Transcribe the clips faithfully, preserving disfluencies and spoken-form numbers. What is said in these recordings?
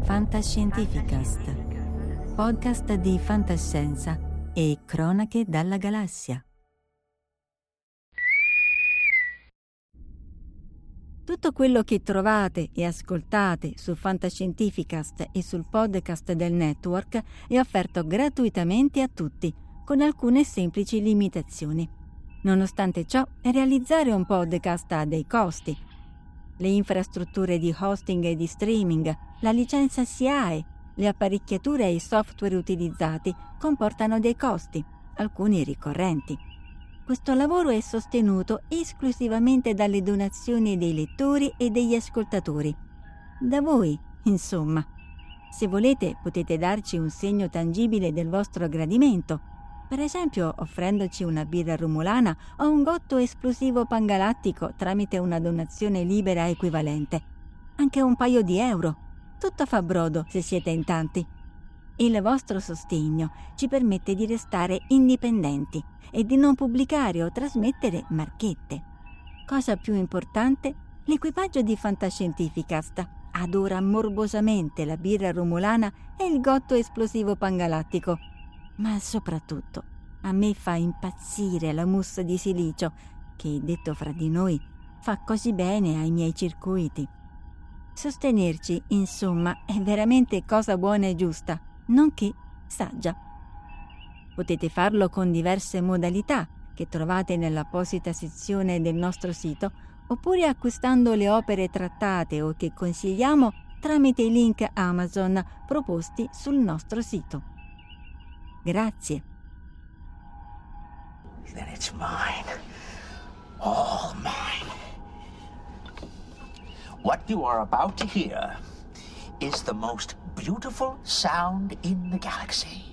Fantascientificast, podcast di fantascienza e cronache dalla galassia. Tutto quello che trovate e ascoltate su Fantascientificast e sul podcast del network è offerto gratuitamente a tutti, con alcune semplici limitazioni. Nonostante ciò, realizzare un podcast ha dei costi. Le infrastrutture di hosting e di streaming, la licenza S I A E, le apparecchiature e i software utilizzati comportano dei costi, alcuni ricorrenti. Questo lavoro è sostenuto esclusivamente dalle donazioni dei lettori e degli ascoltatori. Da voi, insomma. Se volete, potete darci un segno tangibile del vostro gradimento, per esempio offrendoci una birra romulana o un gotto esplosivo pangalattico tramite una donazione libera equivalente. Anche un paio di euro. Tutto fa brodo se siete in tanti. Il vostro sostegno ci permette di restare indipendenti e di non pubblicare o trasmettere marchette. Cosa più importante, l'equipaggio di Fantascientificast adora morbosamente la birra romulana e il gotto esplosivo pangalattico. Ma soprattutto, a me fa impazzire la mousse di silicio, che, detto fra di noi, fa così bene ai miei circuiti. Sostenerci, insomma, è veramente cosa buona e giusta, nonché saggia. Potete farlo con diverse modalità che trovate nell'apposita sezione del nostro sito, oppure acquistando le opere trattate o che consigliamo tramite i link Amazon proposti sul nostro sito. Grazie. Then it's mine. All mine. What you are about to hear is the most beautiful sound in the galaxy.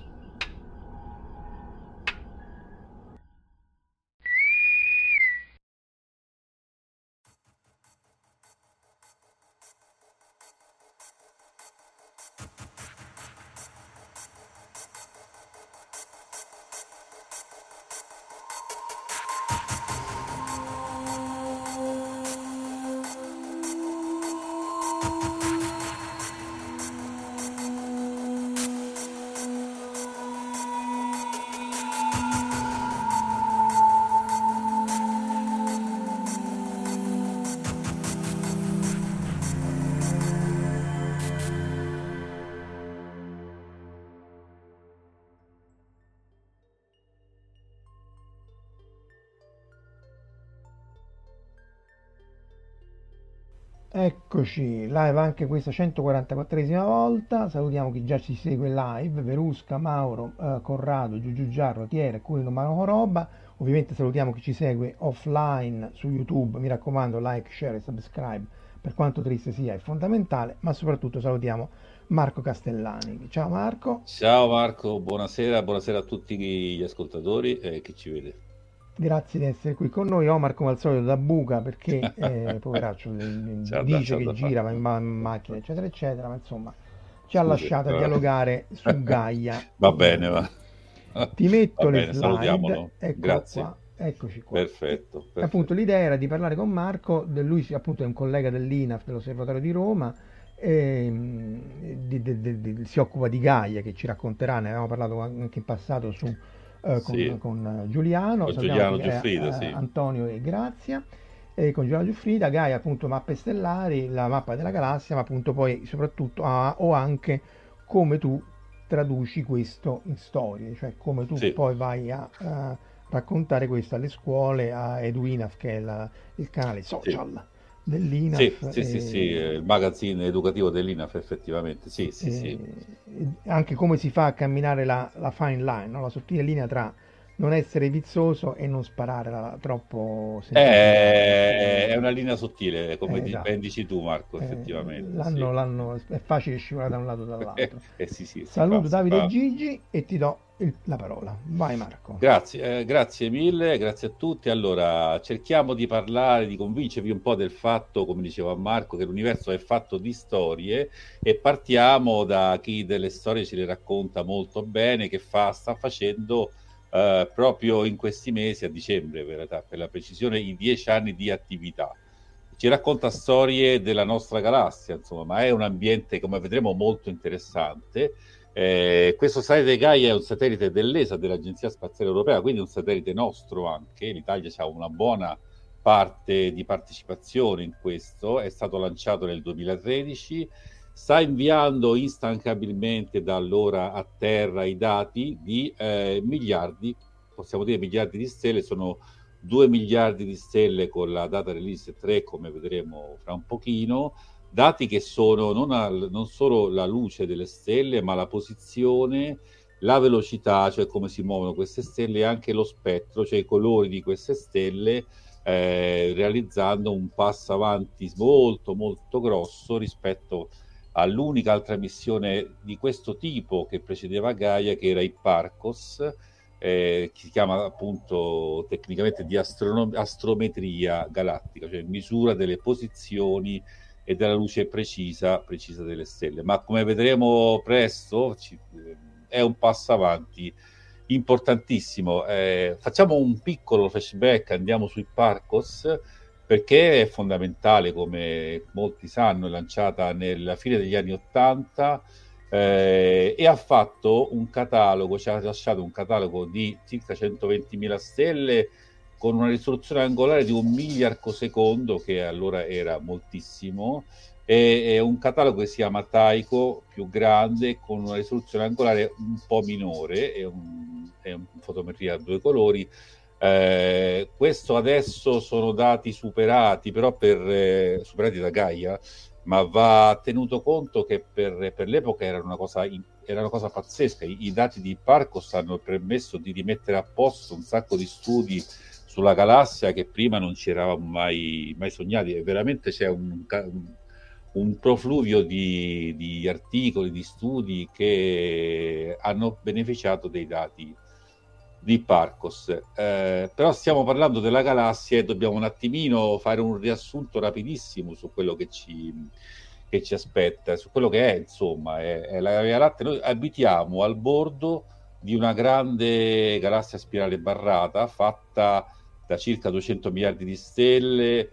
Eccoci, live anche questa centoquarantaquattresima volta. Salutiamo chi già ci segue live: Verusca, Mauro, eh, Corrado, Giugiu Giarro, Tiere, Cui non Mano Roba. Ovviamente salutiamo chi ci segue offline su YouTube. Mi raccomando, like, share e subscribe, per quanto triste sia, è fondamentale. Ma soprattutto salutiamo Marco Castellani. Ciao Marco. Ciao Marco, buonasera, buonasera a tutti gli ascoltatori e eh, chi ci vede. Grazie di essere qui con noi. Omar come al solito da buca perché eh, poveraccio dice da, che da gira, va in, ma- in macchina eccetera eccetera, ma insomma ci ha Scusi, lasciato a dialogare su Gaia. Va bene, va. Ti metto va le bene, slide. Ecco Grazie. Qua. Eccoci qua. Perfetto, perfetto. Appunto l'idea era di parlare con Marco, lui appunto è un collega dell'I N A F, dell'Osservatorio di Roma, e, di, di, di, di, si occupa di Gaia, che ci racconterà, ne avevamo parlato anche in passato su Uh, con, sì. con Giuliano, con Giuliano Giuffrida, uh, sì. Antonio e Grazia, e con Giuliano Giuffrida. Gaia appunto mappe stellari, la mappa della galassia, ma appunto poi soprattutto ha, o anche come tu traduci questo in storie, cioè come tu sì. poi vai a, a raccontare questo alle scuole, a Edwinaf, che è la, il canale social. Sì. Dell'I N A F, sì, sì, e... sì, sì, il magazine educativo dell'I N A F, effettivamente, sì, sì, e... sì. Anche come si fa a camminare la, la fine line, no? La sottile linea tra non essere vizzoso e non sparare la, troppo. È, è una linea sottile, come eh, esatto. ben dici tu, Marco, effettivamente. Eh, l'hanno, sì. l'hanno, è facile scivolare da un lato o dall'altro. eh, sì, sì, Saluto fa, Davide e Gigi e ti do il, la parola. Vai Marco. Grazie, eh, grazie mille, grazie a tutti. Allora, cerchiamo di parlare, di convincervi un po' del fatto, come diceva Marco, che l'universo è fatto di storie, e partiamo da chi delle storie ce le racconta molto bene, che fa, sta facendo eh, proprio in questi mesi, a dicembre per la, per la precisione, i dieci anni di attività. ci racconta storie della nostra galassia, insomma, ma è un ambiente, come vedremo, molto interessante. Eh, questo satellite Gaia è un satellite dell'E S A, dell'Agenzia Spaziale Europea, quindi un satellite nostro anche. L'Italia ha una buona parte di partecipazione in questo, è stato lanciato nel duemilatredici, sta inviando instancabilmente da allora a terra i dati di eh, miliardi, possiamo dire miliardi di stelle, sono due miliardi di stelle con la data release tre, come vedremo fra un pochino, dati che sono non, al, non solo la luce delle stelle, ma la posizione, la velocità, cioè come si muovono queste stelle, e anche lo spettro, cioè i colori di queste stelle, eh, realizzando un passo avanti molto molto grosso rispetto all'unica altra missione di questo tipo che precedeva Gaia, che era Hipparcos, eh, che si chiama appunto tecnicamente di astronom- astrometria galattica, cioè misura delle posizioni e della luce precisa, precisa delle stelle. Ma come vedremo presto, ci, è un passo avanti importantissimo. Eh, facciamo un piccolo flashback, andiamo su Hipparcos, perché è fondamentale, come molti sanno, è lanciata nella fine degli anni Ottanta, eh, e ha fatto un catalogo, ci ha lasciato un catalogo di circa centoventimila stelle con una risoluzione angolare di un miliardo secondo, che allora era moltissimo, e è un catalogo che si chiama Tycho, più grande, con una risoluzione angolare un po' minore, è un, è una fotometria a due colori. Eh, questo adesso sono dati superati, però per eh, superati da Gaia, ma va tenuto conto che per, per l'epoca era una cosa, era una cosa pazzesca. I, i dati di Hipparcos hanno permesso di rimettere a posto un sacco di studi sulla galassia che prima non ci eravamo mai, mai sognati, e veramente c'è un, un, un profluvio di, di articoli, di studi che hanno beneficiato dei dati di Hipparcos. Eh, però stiamo parlando della galassia e dobbiamo un attimino fare un riassunto rapidissimo su quello che ci, che ci aspetta, su quello che è, insomma, è, è la Via Lattea. Noi abitiamo al bordo di una grande galassia spirale barrata fatta da circa duecento miliardi di stelle,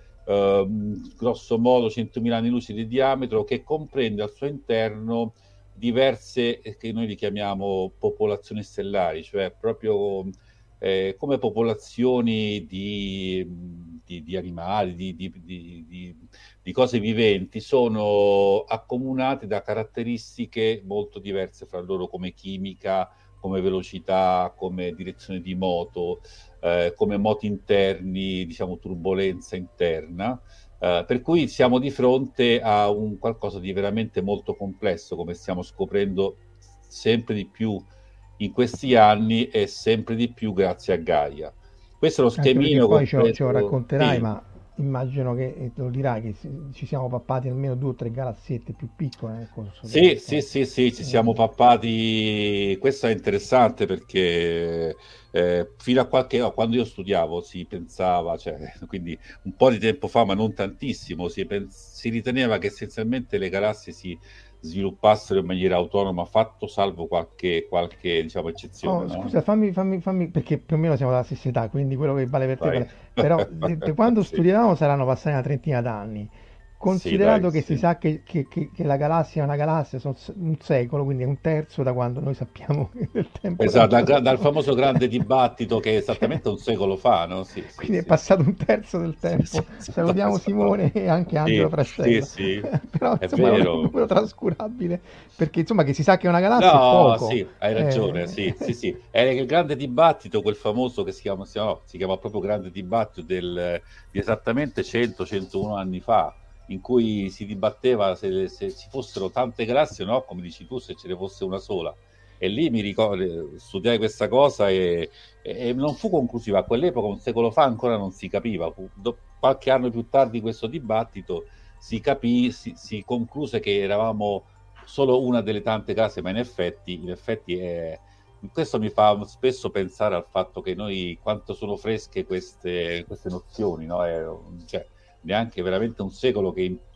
ehm, grosso modo centomila anni luce di diametro, che comprende al suo interno diverse, che noi li chiamiamo popolazioni stellari, cioè proprio eh, come popolazioni di, di, di animali, di, di, di, di cose viventi, sono accomunate da caratteristiche molto diverse fra loro, come chimica, come velocità, come direzione di moto, eh, come moti interni, diciamo turbolenza interna. Uh, per cui siamo di fronte a un qualcosa di veramente molto complesso, come stiamo scoprendo sempre di più in questi anni e sempre di più grazie a Gaia. Questo è lo schemino. Poi ce lo, ce lo racconterai, sì. Ma immagino che te lo dirai che ci siamo pappati almeno due o tre galassiette più piccole nel corso sì, del sì, sì, sì, ci siamo pappati. Questo è interessante perché eh, fino a qualche no, quando io studiavo si pensava, cioè, quindi un po' di tempo fa, ma non tantissimo, si, pens- si riteneva che essenzialmente le galassie si sviluppassero in maniera autonoma, fatto salvo qualche, qualche diciamo, eccezione. Oh, no? scusa, fammi, fammi, fammi, perché più o meno siamo della stessa età, quindi quello che vale per te Vai. vale. Però de- de quando Sì. studiavamo saranno passati una trentina d'anni. Considerato Sì, dai, che sì. si sa che, che- che- che la galassia è una galassia, sono s- un secolo, quindi è un terzo da quando noi sappiamo che il tempo Esatto, dal, ragione. dal famoso grande dibattito che è esattamente un secolo fa, no? Sì, sì, Quindi è sì. passato un terzo del Sì, tempo. sì, sì, Salutiamo esatto. Simone e anche Angelo Sì, sì, Frascella. sì, Però è insomma non è un vero. numero trascurabile, perché insomma che si sa che è una galassia è No, poco. sì, hai ragione, Eh, sì, sì, sì. È il grande dibattito, quel famoso che si chiama, si chiama, si chiama proprio grande dibattito del, di esattamente cento centouno anni fa, in cui si dibatteva se, se ci fossero tante galassie o no, come dici tu, se ce ne fosse una sola. E lì mi ricordo, studiai questa cosa e, e non fu conclusiva. A quell'epoca, un secolo fa, ancora non si capiva. Fu, do, qualche anno più tardi questo dibattito si capì, si, si concluse che eravamo solo una delle tante case, ma in effetti, in effetti è, questo mi fa spesso pensare al fatto che noi, quanto sono fresche queste, queste nozioni, no? È, cioè, neanche veramente un secolo che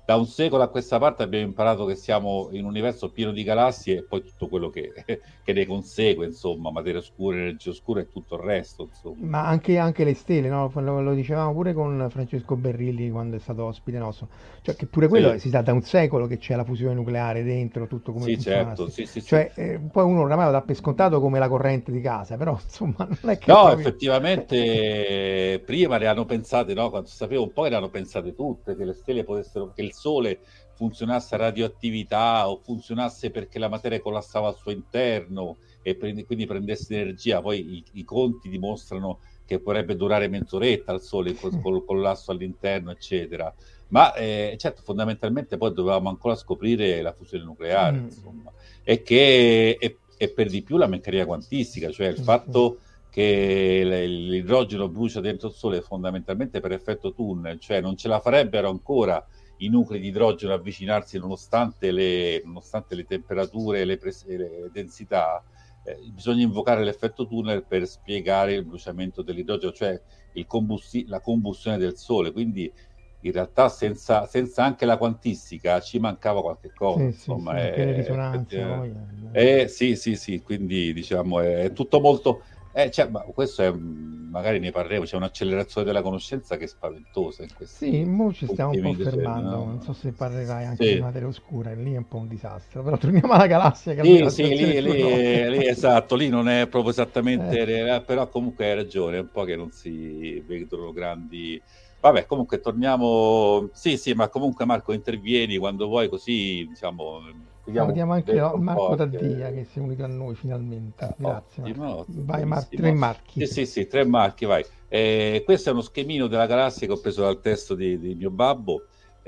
da un secolo a questa parte abbiamo imparato che siamo in un universo pieno di galassie e poi tutto quello che, che ne consegue, insomma, materia oscura, energia oscura e tutto il resto, insomma. Ma anche, anche le stelle, no? Lo, lo dicevamo pure con Francesco Berrilli quando è stato ospite nostro, cioè che pure quello Sì. si sa da un secolo che c'è la fusione nucleare dentro, tutto come Sì, funziona. certo, la sì, sì, Cioè, sì. eh, poi uno oramai lo dà per scontato come la corrente di casa, però insomma non è che No, proprio... effettivamente prima le hanno pensate, no? Quando sapevo un po' le hanno pensate tutte, che le stelle potessero, che il Sole funzionasse a radioattività o funzionasse perché la materia collassava al suo interno e pre- quindi prendesse energia. Poi i, i conti dimostrano che potrebbe durare mezz'oretta al Sole col, col collasso all'interno, eccetera. Ma eh, certo, fondamentalmente poi dovevamo ancora scoprire la fusione nucleare, Mm. insomma, e che e, e per di più la meccanica quantistica, cioè il Sì, sì. fatto che l- l'idrogeno brucia dentro il Sole fondamentalmente per effetto tunnel, cioè non ce la farebbero ancora i nuclei di idrogeno avvicinarsi nonostante le, nonostante le temperature e le, pres- e le densità. Eh, bisogna invocare l'effetto tunnel per spiegare il bruciamento dell'idrogeno, cioè il combusti- la combustione del Sole. Quindi in realtà senza, senza anche la quantistica ci mancava qualche cosa, Sì, sì, sì, insomma. anche le È, risonanze è, poi. è- sì, sì, sì, quindi diciamo è tutto molto... Eh, cioè, ma questo è, magari ne parleremo, c'è un'accelerazione della conoscenza che è spaventosa in Sì, questi mo ci stiamo un po' ultimi decenni, fermando, non so no? se parlerai anche di Sì. materia oscura, lì è un po' un disastro, però torniamo alla galassia che almeno Sì, la sì, situazione è lì, più lì, rosea. lì, esatto, lì non è proprio Eh, esattamente, eh, però comunque hai ragione, è un po' che non si vedono grandi... Vabbè, comunque torniamo... Sì, sì, ma comunque Marco intervieni quando vuoi, così, diciamo, vediamo salutiamo anche dentro no, un Marco po' Taddia che... che si è unito a noi finalmente. Eh, Grazie Marco. ottimo, ottimo, Vai Mar- tre benissimo. marchi. Sì, sì, sì, tre marchi, vai. Eh, questo è uno schemino della galassia che ho preso dal testo di, di mio babbo,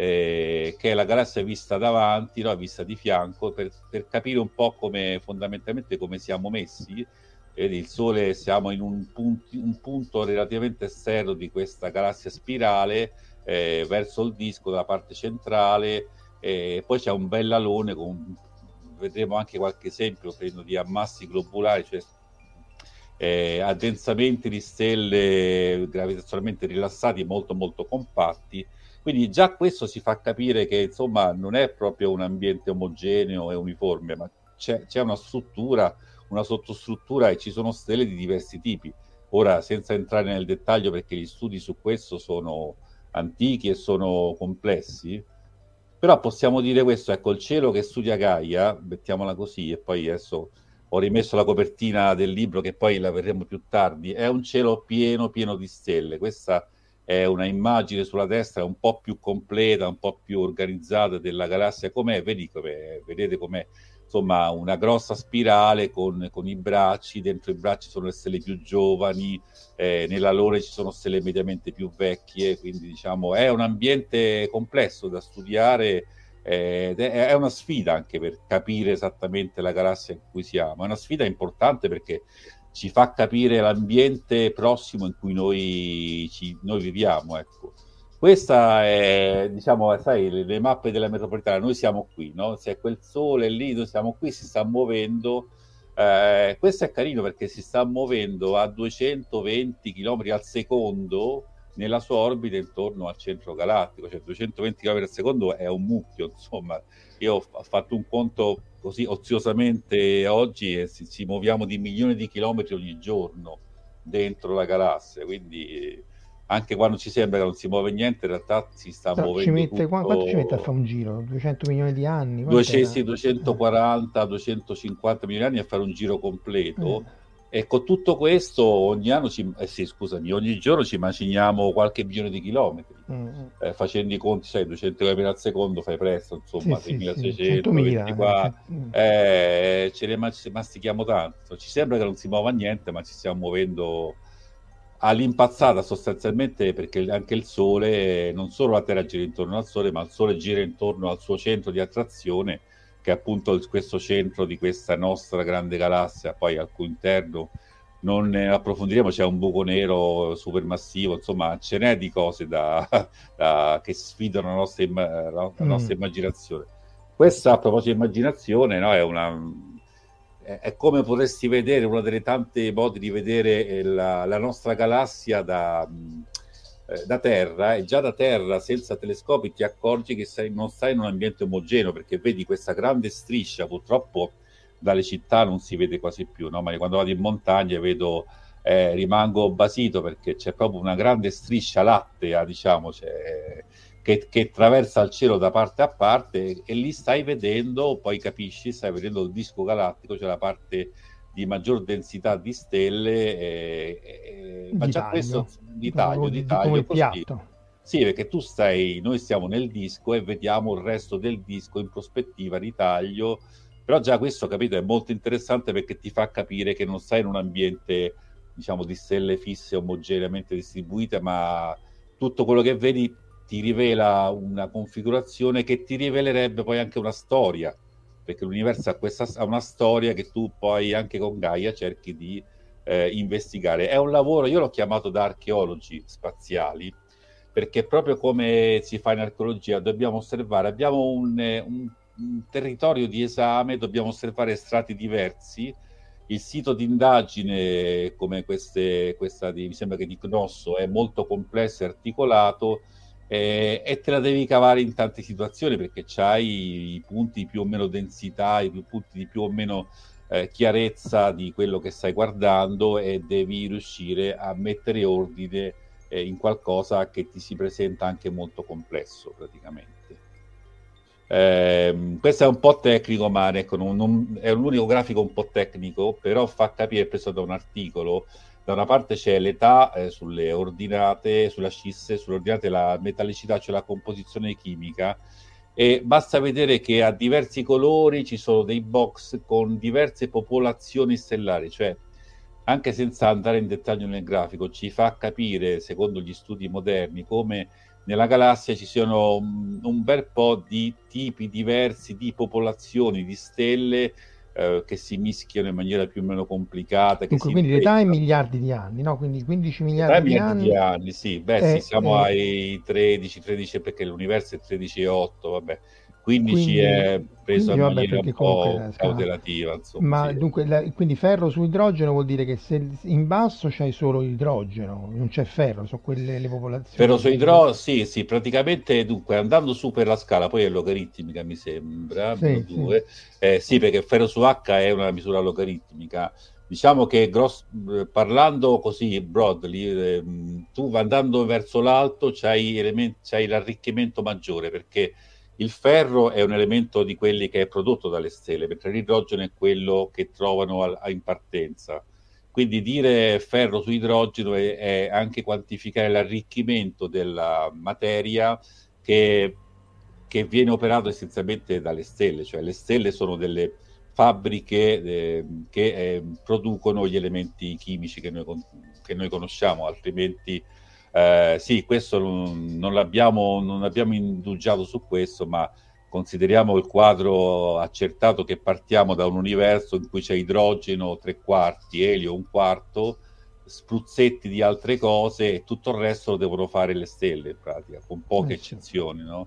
eh, che è la galassia vista davanti, no? Vista di fianco, per, per capire un po' come fondamentalmente come siamo messi. Vedi, il Sole siamo in un, punti, un punto relativamente esterno di questa galassia spirale, eh, verso il disco dalla parte centrale, e poi c'è un bel alone con, vedremo anche qualche esempio credo di ammassi globulari, cioè eh, addensamenti di stelle gravitazionalmente rilassati molto molto compatti. Quindi già questo si fa capire che insomma non è proprio un ambiente omogeneo e uniforme, ma c'è, c'è una struttura, una sottostruttura e ci sono stelle di diversi tipi. Ora, senza entrare nel dettaglio perché gli studi su questo sono antichi e sono complessi, però possiamo dire questo, ecco, il cielo che studia Gaia, mettiamola così, e poi adesso ho rimesso la copertina del libro che poi la vedremo più tardi, è un cielo pieno, pieno di stelle. Questa è una immagine sulla destra un po' più completa, un po' più organizzata della galassia, com'è, vedi com'è, vedete com'è, insomma, una grossa spirale con, con i bracci, dentro i bracci sono le stelle più giovani, eh, nella lore ci sono stelle mediamente più vecchie, quindi diciamo è un ambiente complesso da studiare, eh, è una sfida anche per capire esattamente la galassia in cui siamo, è una sfida importante perché ci fa capire l'ambiente prossimo in cui noi, ci, noi viviamo, ecco. Questa è, diciamo, sai, le, le mappe della metropolitana, noi siamo qui, no? Se quel sole lì, noi siamo qui, si sta muovendo. Eh, questo è carino perché si sta muovendo a duecentoventi chilometri al secondo nella sua orbita intorno al centro galattico, cioè duecentoventi chilometri al secondo è un mucchio, insomma. Io ho, ho fatto un conto così oziosamente oggi e si, ci muoviamo di milioni di chilometri ogni giorno dentro la galassia, quindi anche quando ci sembra che non si muove niente, in realtà si sta Però ci muovendo mette, qua- quanto ci mette a fare tutto. un giro? duecento milioni di anni? Quant'era? duecentoquaranta duecentocinquanta milioni di anni a fare un giro completo. Eh. E con tutto questo ogni anno ci, eh sì, scusami, ogni giorno ci maciniamo qualche milione di chilometri. Mm. Eh, facendo i conti, sai, duecento chilometri al secondo fai presto, insomma, Sì, sì, sì, seimilaseicento, centomila. venti qua, Mm. eh, ce ne mastichiamo tanto. Ci sembra che non si muova niente, ma ci stiamo muovendo all'impazzata sostanzialmente perché anche il Sole, non solo la Terra gira intorno al Sole, ma il Sole gira intorno al suo centro di attrazione, che è appunto questo centro di questa nostra grande galassia, poi al cui interno non ne approfondiremo, c'è un buco nero supermassivo, insomma ce n'è di cose da, da, che sfidano la nostra, la, la nostra mm. immaginazione. Questa, a proposito di immaginazione, no, è una... è come potresti vedere, uno delle tante modi di vedere la, la nostra galassia da, eh, da terra, e già da terra senza telescopi ti accorgi che sei, non stai in un ambiente omogeneo, perché vedi questa grande striscia. Purtroppo dalle città non si vede quasi più, no? Ma quando vado in montagna vedo, eh, rimango basito, perché c'è proprio una grande striscia lattea, diciamo, cioè, che, che attraversa il cielo da parte a parte, e lì stai vedendo, poi capisci, stai vedendo il disco galattico, cioè la parte di maggior densità di stelle, eh, eh, ma Di già taglio, questo di proprio taglio, di, di di come taglio il così. piatto. Sì, perché tu stai, noi stiamo nel disco e vediamo il resto del disco in prospettiva di taglio, però già questo, capito, è molto interessante, perché ti fa capire che non stai in un ambiente, diciamo, di stelle fisse omogeneamente distribuite, ma tutto quello che vedi ti rivela una configurazione che ti rivelerebbe poi anche una storia, perché l'universo ha, questa, ha una storia che tu poi anche con Gaia cerchi di eh, investigare. È un lavoro, io l'ho chiamato da archeologi spaziali, perché proprio come si fa in archeologia dobbiamo osservare, abbiamo un, un, un territorio di esame, dobbiamo osservare strati diversi. Il sito di indagine, come queste, questa di, mi sembra che di Cnosso, è molto complesso e articolato, eh, e te la devi cavare in tante situazioni, perché c'hai i punti di più o meno densità, i punti di più o meno eh, chiarezza di quello che stai guardando, e devi riuscire a mettere ordine eh, in qualcosa che ti si presenta anche molto complesso, praticamente. Eh, questo è un po' tecnico, ma ecco, non, non, è un unico grafico un po' tecnico, però fa capire, preso da un articolo. Da una parte c'è l'età eh, sulle ordinate, sulla scisse, sulle ordinate la metallicità, cioè la composizione chimica, e basta vedere che a diversi colori ci sono dei box con diverse popolazioni stellari, cioè anche senza andare in dettaglio nel grafico ci fa capire, secondo gli studi moderni, come nella galassia ci siano un bel po' di tipi diversi di popolazioni di stelle eh, che si mischiano in maniera più o meno complicata. Che Dunque, si quindi l'età è intrecciano. miliardi di anni, no? Quindi quindici Tre miliardi di miliardi anni. di anni, sì, beh è, sì, siamo è, ai tredici, tredici, perché l'universo è tredici virgola otto, vabbè, quindici quindi, è preso quindici, in vabbè, maniera un perché comunque po' la scala. cautelativa, insomma, Ma sì. dunque, la- quindi ferro su idrogeno vuol dire che se in basso c'hai solo idrogeno, non c'è ferro, sono quelle le popolazioni di... Ferrosoidro, sì, sì, praticamente, dunque, andando su per la scala, poi è logaritmica, mi sembra, meno Sì, sì. due, eh, sì, perché ferro su H è una misura logaritmica. Diciamo che gross, parlando così broadly, eh, tu andando verso l'alto c'hai, elementi, c'hai l'arricchimento maggiore, perché il ferro è un elemento di quelli che è prodotto dalle stelle, mentre l'idrogeno è quello che trovano a, a in partenza. Quindi dire ferro su idrogeno è, è anche quantificare l'arricchimento della materia che, che viene operato essenzialmente dalle stelle, cioè le stelle sono delle fabbriche eh, che eh, producono gli elementi chimici che noi, che noi conosciamo, altrimenti eh, sì, questo non, non l'abbiamo non abbiamo indugiato su questo, ma consideriamo il quadro accertato che partiamo da un universo in cui c'è idrogeno tre quarti, elio un quarto, spruzzetti di altre cose, e tutto il resto lo devono fare le stelle, in pratica, con poche Eh sì. eccezioni, no?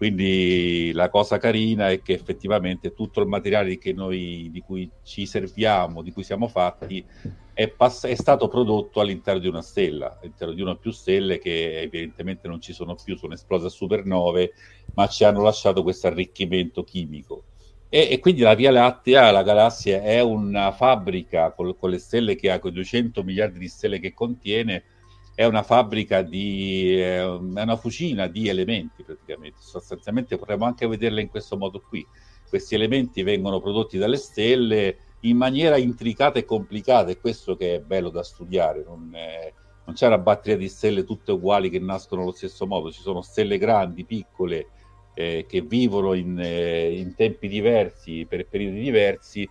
Quindi la cosa carina è che effettivamente tutto il materiale che noi, di cui ci serviamo, di cui siamo fatti, è, pass- è stato prodotto all'interno di una stella, all'interno di una o più stelle che evidentemente non ci sono più, sono esplose a supernove, ma ci hanno lasciato questo arricchimento chimico. E, e quindi la Via Lattea, la galassia, è una fabbrica con, con le stelle che ha, con i duecento miliardi di stelle che contiene, è una fabbrica di, è una fucina di elementi praticamente. Sostanzialmente potremmo anche vederla in questo modo qui. Questi elementi vengono prodotti dalle stelle in maniera intricata e complicata, e questo che è bello da studiare. Non, è, non c'è una batteria di stelle tutte uguali che nascono allo stesso modo, ci sono stelle grandi, piccole, eh, che vivono in, eh, in tempi diversi, per periodi diversi,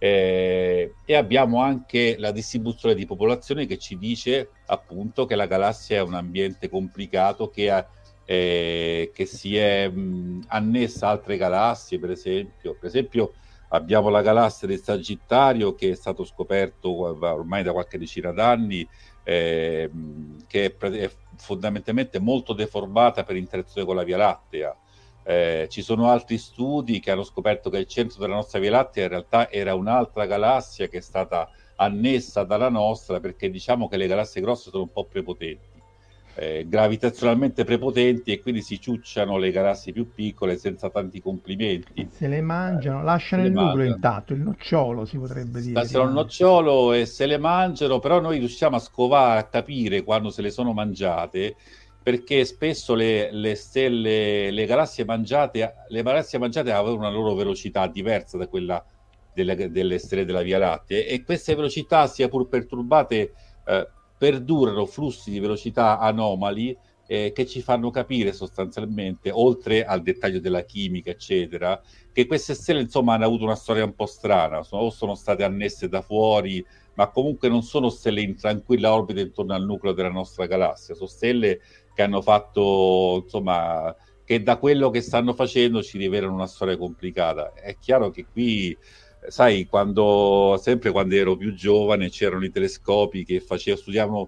eh, e abbiamo anche la distribuzione di popolazione che ci dice appunto che la galassia è un ambiente complicato che, ha, eh, che si è mh, annessa a altre galassie, per esempio. Per esempio abbiamo la galassia del Sagittario, che è stato scoperto ormai da qualche decina d'anni, eh, che è, è fondamentalmente molto deformata per interazione con la Via Lattea. Eh, ci sono altri studi che hanno scoperto che il centro della nostra Via Lattea in realtà era un'altra galassia che è stata annessa dalla nostra, perché diciamo che le galassie grosse sono un po' prepotenti. eh, gravitazionalmente prepotenti e quindi si ciucciano le galassie più piccole senza tanti complimenti. Se le mangiano, Eh, lasciano se le il nucleo mangiano. intatto, il nocciolo si potrebbe dire. Lasciano il rimane. nocciolo e se le mangiano, però noi riusciamo a scovare, a capire quando se le sono mangiate, perché spesso le, le stelle, le galassie mangiate, le galassie mangiate avevano una loro velocità diversa da quella delle, delle stelle della Via Lattea, e queste velocità, sia pur perturbate, eh, perdurano flussi di velocità anomali, eh, che ci fanno capire sostanzialmente, oltre al dettaglio della chimica, eccetera, che queste stelle insomma hanno avuto una storia un po' strana, sono, o sono state annesse da fuori, ma comunque non sono stelle in tranquilla orbita intorno al nucleo della nostra galassia, sono stelle che hanno fatto, insomma, che da quello che stanno facendo ci rivelano una storia complicata. È chiaro che qui, sai, quando, sempre quando ero più giovane, c'erano i telescopi che facevano, studiavano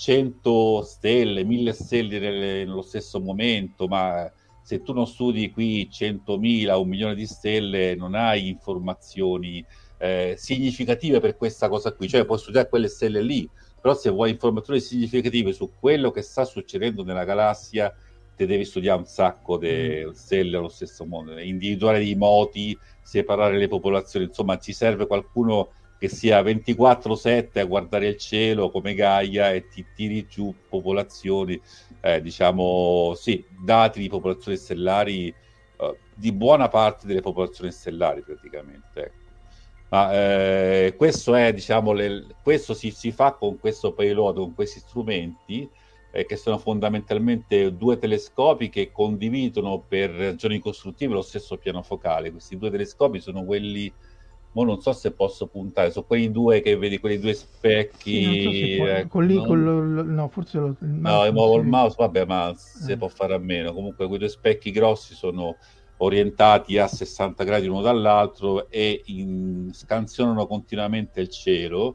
cento stelle, mille stelle nelle, nello stesso momento, ma se tu non studi qui centomila, un milione di stelle, non hai informazioni eh, significative per questa cosa qui, cioè puoi studiare quelle stelle lì, però se vuoi informazioni significative su quello che sta succedendo nella galassia, te devi studiare un sacco di mm. stelle allo stesso modo, individuare i moti, separare le popolazioni, insomma ci serve qualcuno che sia ventiquattro sette a guardare il cielo come Gaia e ti tiri giù popolazioni, eh, diciamo, sì, dati di popolazioni stellari, uh, di buona parte delle popolazioni stellari praticamente, ecco. Ma eh, questo è, diciamo, le, questo si, si fa con questo payload, con questi strumenti, eh, che sono fondamentalmente due telescopi che condividono per ragioni costruttive lo stesso piano focale. Questi due telescopi sono quelli, mo non so se posso puntare, sono quei due che vedi, quei due specchi. Sì, non so se può, eh, con lì, non... con lo, no, forse lo, il No, io muovo il si... mouse, vabbè, ma si eh. può fare a meno. Comunque quei due specchi grossi sono orientati a sessanta gradi l'uno dall'altro e in, scansionano continuamente il cielo.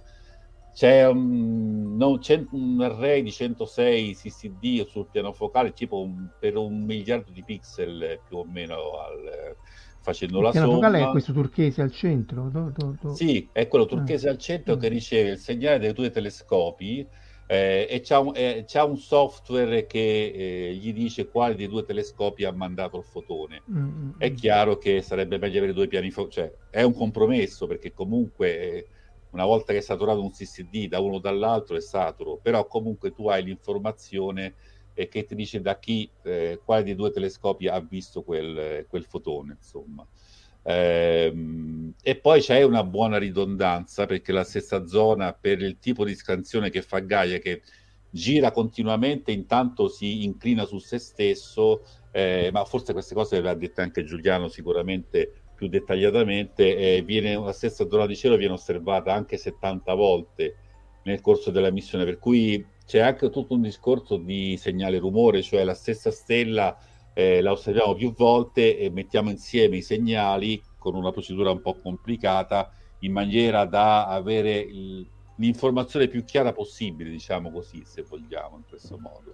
C'è un, no, c'è un array di centosei C C D sul piano focale, tipo un, per un miliardo di pixel più o meno, al, facendo il la piano somma. focale è questo turchese al centro? Do, do, do. Sì, è quello turchese ah. al centro, che riceve il segnale dai due telescopi, eh, e c'ha un, eh, c'ha un software che eh, gli dice quale dei due telescopi ha mandato il fotone. Mm-hmm. È chiaro che sarebbe meglio avere due piani focali, cioè è un compromesso, perché comunque eh, una volta che è saturato un C C D da uno o dall'altro è saturo, però comunque tu hai l'informazione eh, che ti dice da chi, eh, quale dei due telescopi ha visto quel, quel fotone, insomma. Ehm, e poi c'è una buona ridondanza, perché la stessa zona, per il tipo di scansione che fa Gaia, che gira continuamente, intanto si inclina su se stesso, eh, ma forse queste cose le ha dette anche Giuliano sicuramente più dettagliatamente, eh, viene, la stessa zona di cielo viene osservata anche settanta volte nel corso della missione, per cui c'è anche tutto un discorso di segnale rumore, cioè la stessa stella Eh, la osserviamo più volte e mettiamo insieme i segnali con una procedura un po' complicata, in maniera da avere il, l'informazione più chiara possibile, diciamo così, se vogliamo, in questo modo.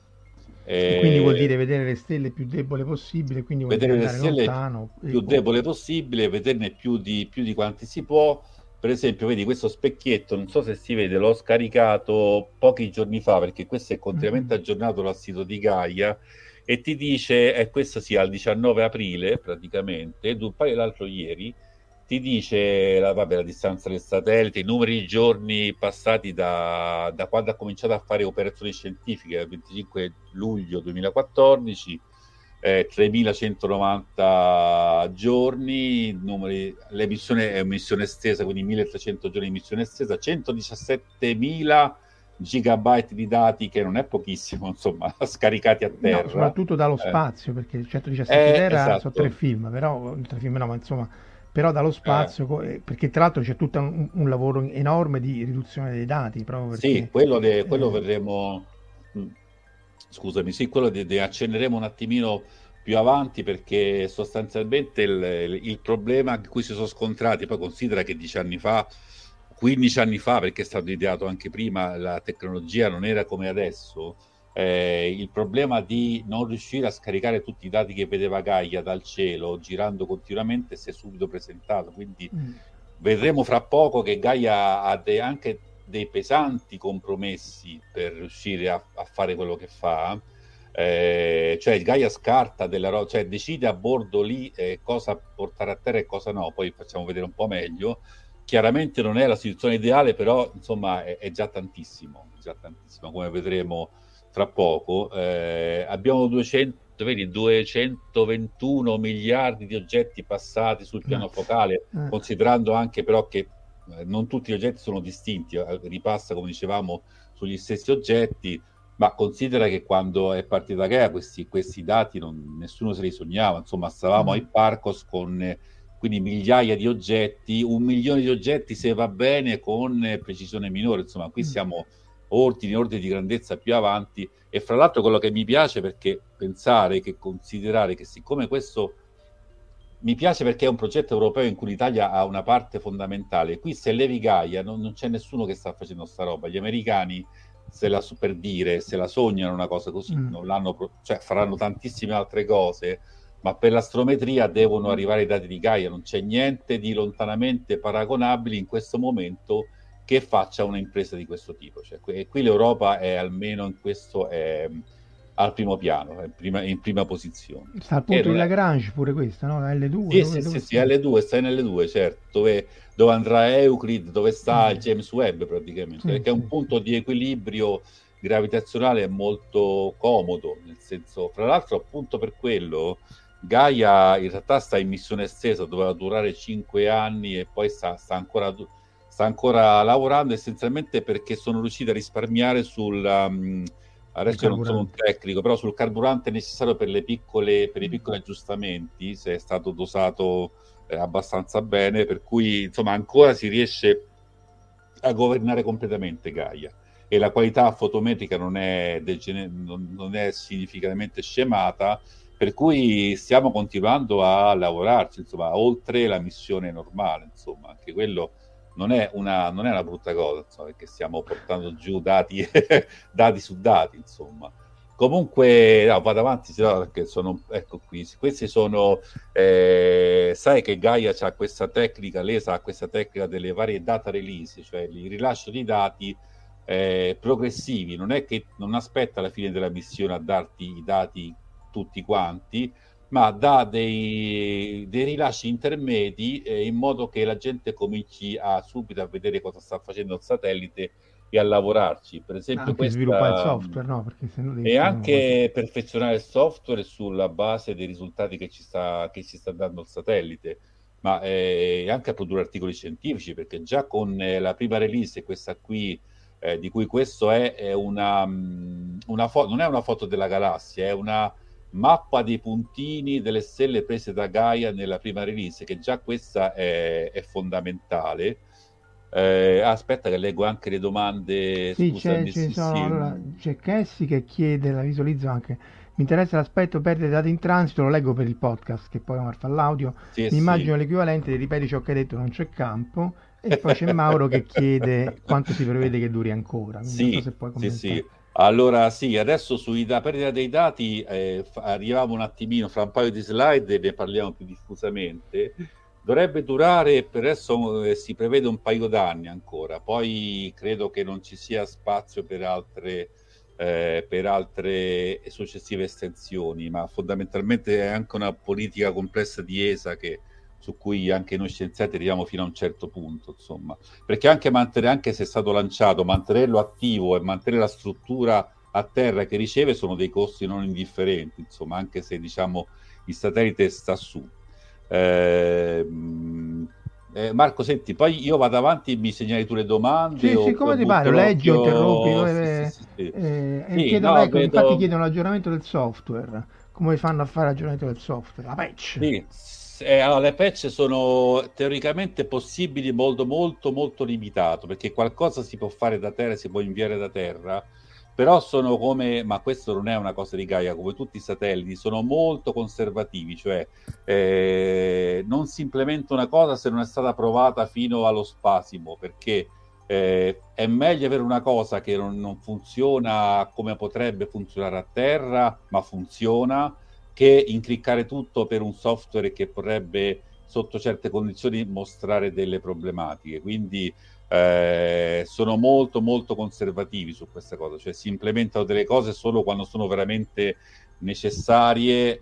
E quindi vuol dire vedere le stelle più debole possibile, quindi vuol vedere dire le andare stelle lontano, più debole possibile, vederne più di, più di quanti si può. Per esempio, vedi questo specchietto, non so se si vede, l'ho scaricato pochi giorni fa, perché questo è continuamente mm-hmm. aggiornato dal sito di Gaia, e ti dice, e questo sia al diciannove aprile praticamente, un paio l'altro ieri, ti dice la, vabbè, la distanza del satellite, i numeri di giorni passati da, da quando ha cominciato a fare operazioni scientifiche, il venticinque luglio duemilaquattordici, eh, tremilacentonovanta giorni, numeri, l'emissione è missione estesa, quindi milletrecento giorni di missione estesa, centodiciassettemila gigabyte di dati, che non è pochissimo, insomma, scaricati a terra. No, soprattutto dallo eh. spazio, perché centodiciassette eh, terra esatto. sono tre film, però tre film no, ma insomma, però dallo spazio, eh. perché tra l'altro c'è tutto un, un lavoro enorme di riduzione dei dati, proprio perché, sì, quello, de, quello eh. vedremo, scusami, sì, quello de, de accenneremo un attimino più avanti, perché sostanzialmente il, il problema a cui si sono scontrati, poi considera che dieci anni fa, quindici anni fa, perché è stato ideato anche prima, la tecnologia non era come adesso, eh, il problema di non riuscire a scaricare tutti i dati che vedeva Gaia dal cielo girando continuamente si è subito presentato, quindi mm. vedremo fra poco che Gaia ha de- anche dei pesanti compromessi per riuscire a, a fare quello che fa. Eh, cioè Gaia scarta della roba, cioè decide a bordo lì eh, cosa portare a terra e cosa no, poi facciamo vedere un po' meglio. Chiaramente non è la situazione ideale, però insomma è, è già tantissimo, già tantissimo, come vedremo tra poco. Eh, abbiamo duecento, vedi, duecentoventuno miliardi di oggetti passati sul piano focale, eh. considerando anche però che eh, non tutti gli oggetti sono distinti, eh, ripassa come dicevamo sugli stessi oggetti. Ma considera che quando è partita Gaia questi, questi dati non, nessuno se li sognava, insomma stavamo mm. ai Parcos con eh, quindi migliaia di oggetti, un milione di oggetti se va bene con eh, precisione minore, insomma qui mm. siamo ordini, ordini di grandezza più avanti. E fra l'altro quello che mi piace, perché pensare che considerare che siccome questo mi piace perché è un progetto europeo in cui l'Italia ha una parte fondamentale, qui se levi Gaia non, non c'è nessuno che sta facendo sta roba, gli americani se la, per dire, se la sognano una cosa così, mm. non l'hanno, cioè faranno tantissime altre cose, ma per l'astrometria devono arrivare i dati di Gaia, non c'è niente di lontanamente paragonabile in questo momento che faccia un'impresa di questo tipo, cioè, qui, qui l'Europa è almeno in questo è al primo piano, è in prima, in prima posizione. Sta al punto di Lagrange pure questa, no? La L due? Sì, sì, sì, sì, L due, sta in L due, certo, dove, dove andrà Euclid, dove sta il James Webb praticamente, sì, perché sì, è un punto di equilibrio gravitazionale molto comodo, nel senso, fra l'altro appunto per quello Gaia in realtà sta in missione estesa, doveva durare cinque anni e poi sta, sta ancora sta ancora lavorando, essenzialmente perché sono riusciti a risparmiare sul um, adesso non sono un tecnico, però sul carburante necessario per le piccole per i piccoli aggiustamenti, se è stato dosato eh, abbastanza bene, per cui insomma ancora si riesce a governare completamente Gaia e la qualità fotometrica non è, degene- non, non è significativamente scemata, per cui stiamo continuando a lavorarci, insomma, oltre la missione normale, insomma, anche quello non è una, non è una brutta cosa, insomma, perché stiamo portando giù dati, dati su dati, insomma. Comunque, no, vado avanti, no, perché sono, ecco qui, questi sono, eh, sai che Gaia c'ha questa tecnica, l'E S A ha questa tecnica delle varie data release, cioè il rilascio di dati eh, progressivi, non è che non aspetta la fine della missione a darti i dati tutti quanti, ma dà dei, dei rilasci intermedi eh, in modo che la gente cominci a subito a vedere cosa sta facendo il satellite e a lavorarci. Per esempio, anche questa, sviluppare il software, no? Perché se no devi e anche perfezionare il software sulla base dei risultati che ci sta, che ci sta dando il satellite, ma eh, anche a produrre articoli scientifici, perché già con eh, la prima release, questa qui eh, di cui questo è, è una, una foto, non è una foto della galassia, è una mappa dei puntini delle stelle prese da Gaia nella prima release, che già questa è, è fondamentale. Eh, aspetta che leggo anche le domande. Sì, Scusami, c'è, ci sì, sono, sì. Allora, c'è Cassie che chiede, la visualizzo anche, mi interessa l'aspetto perdite dati in transito, lo leggo per il podcast che poi fa l'audio, Sì, mi sì. immagino l'equivalente di ripeti ciò che hai detto, non c'è campo, e poi c'è Mauro che chiede quanto si prevede che duri ancora. Quindi non so Sì, se puoi sì, commentare. sì. Allora sì, adesso sui da perdita dei dati eh, f- arriviamo un attimino fra un paio di slide e ne parliamo più diffusamente. Dovrebbe durare, per adesso eh, si prevede un paio d'anni ancora, poi credo che non ci sia spazio per altre, eh, per altre successive estensioni, ma fondamentalmente è anche una politica complessa di E S A che, su cui anche noi scienziati arriviamo fino a un certo punto, insomma, perché anche mantenere, anche se è stato lanciato, mantenerlo attivo e mantenere la struttura a terra che riceve sono dei costi non indifferenti, insomma, anche se diciamo il satellite sta su. Eh, eh, Marco, senti, poi io vado avanti e mi segnali tu le domande. Sì, o, sì, come o ti pare, butto leggi o interrompi. l'occhio? eh, Sì, sì, sì, sì. eh, e Sì, chiedono, no, ecco, infatti vedo... chiedono l'aggiornamento del software, come fanno a fare l'aggiornamento del software, la patch. Sì, eh, allora, le patch sono teoricamente possibili molto molto molto limitato, perché qualcosa si può fare da terra, si può inviare da terra, però sono come, ma questo non è una cosa di Gaia, come tutti i satelliti, sono molto conservativi, cioè eh, non si implementa una cosa se non è stata provata fino allo spasimo, perché eh, è meglio avere una cosa che non, non funziona come potrebbe funzionare a terra, ma funziona, che incriccare tutto per un software che potrebbe sotto certe condizioni mostrare delle problematiche, quindi eh, sono molto molto conservativi su questa cosa, cioè si implementano delle cose solo quando sono veramente necessarie.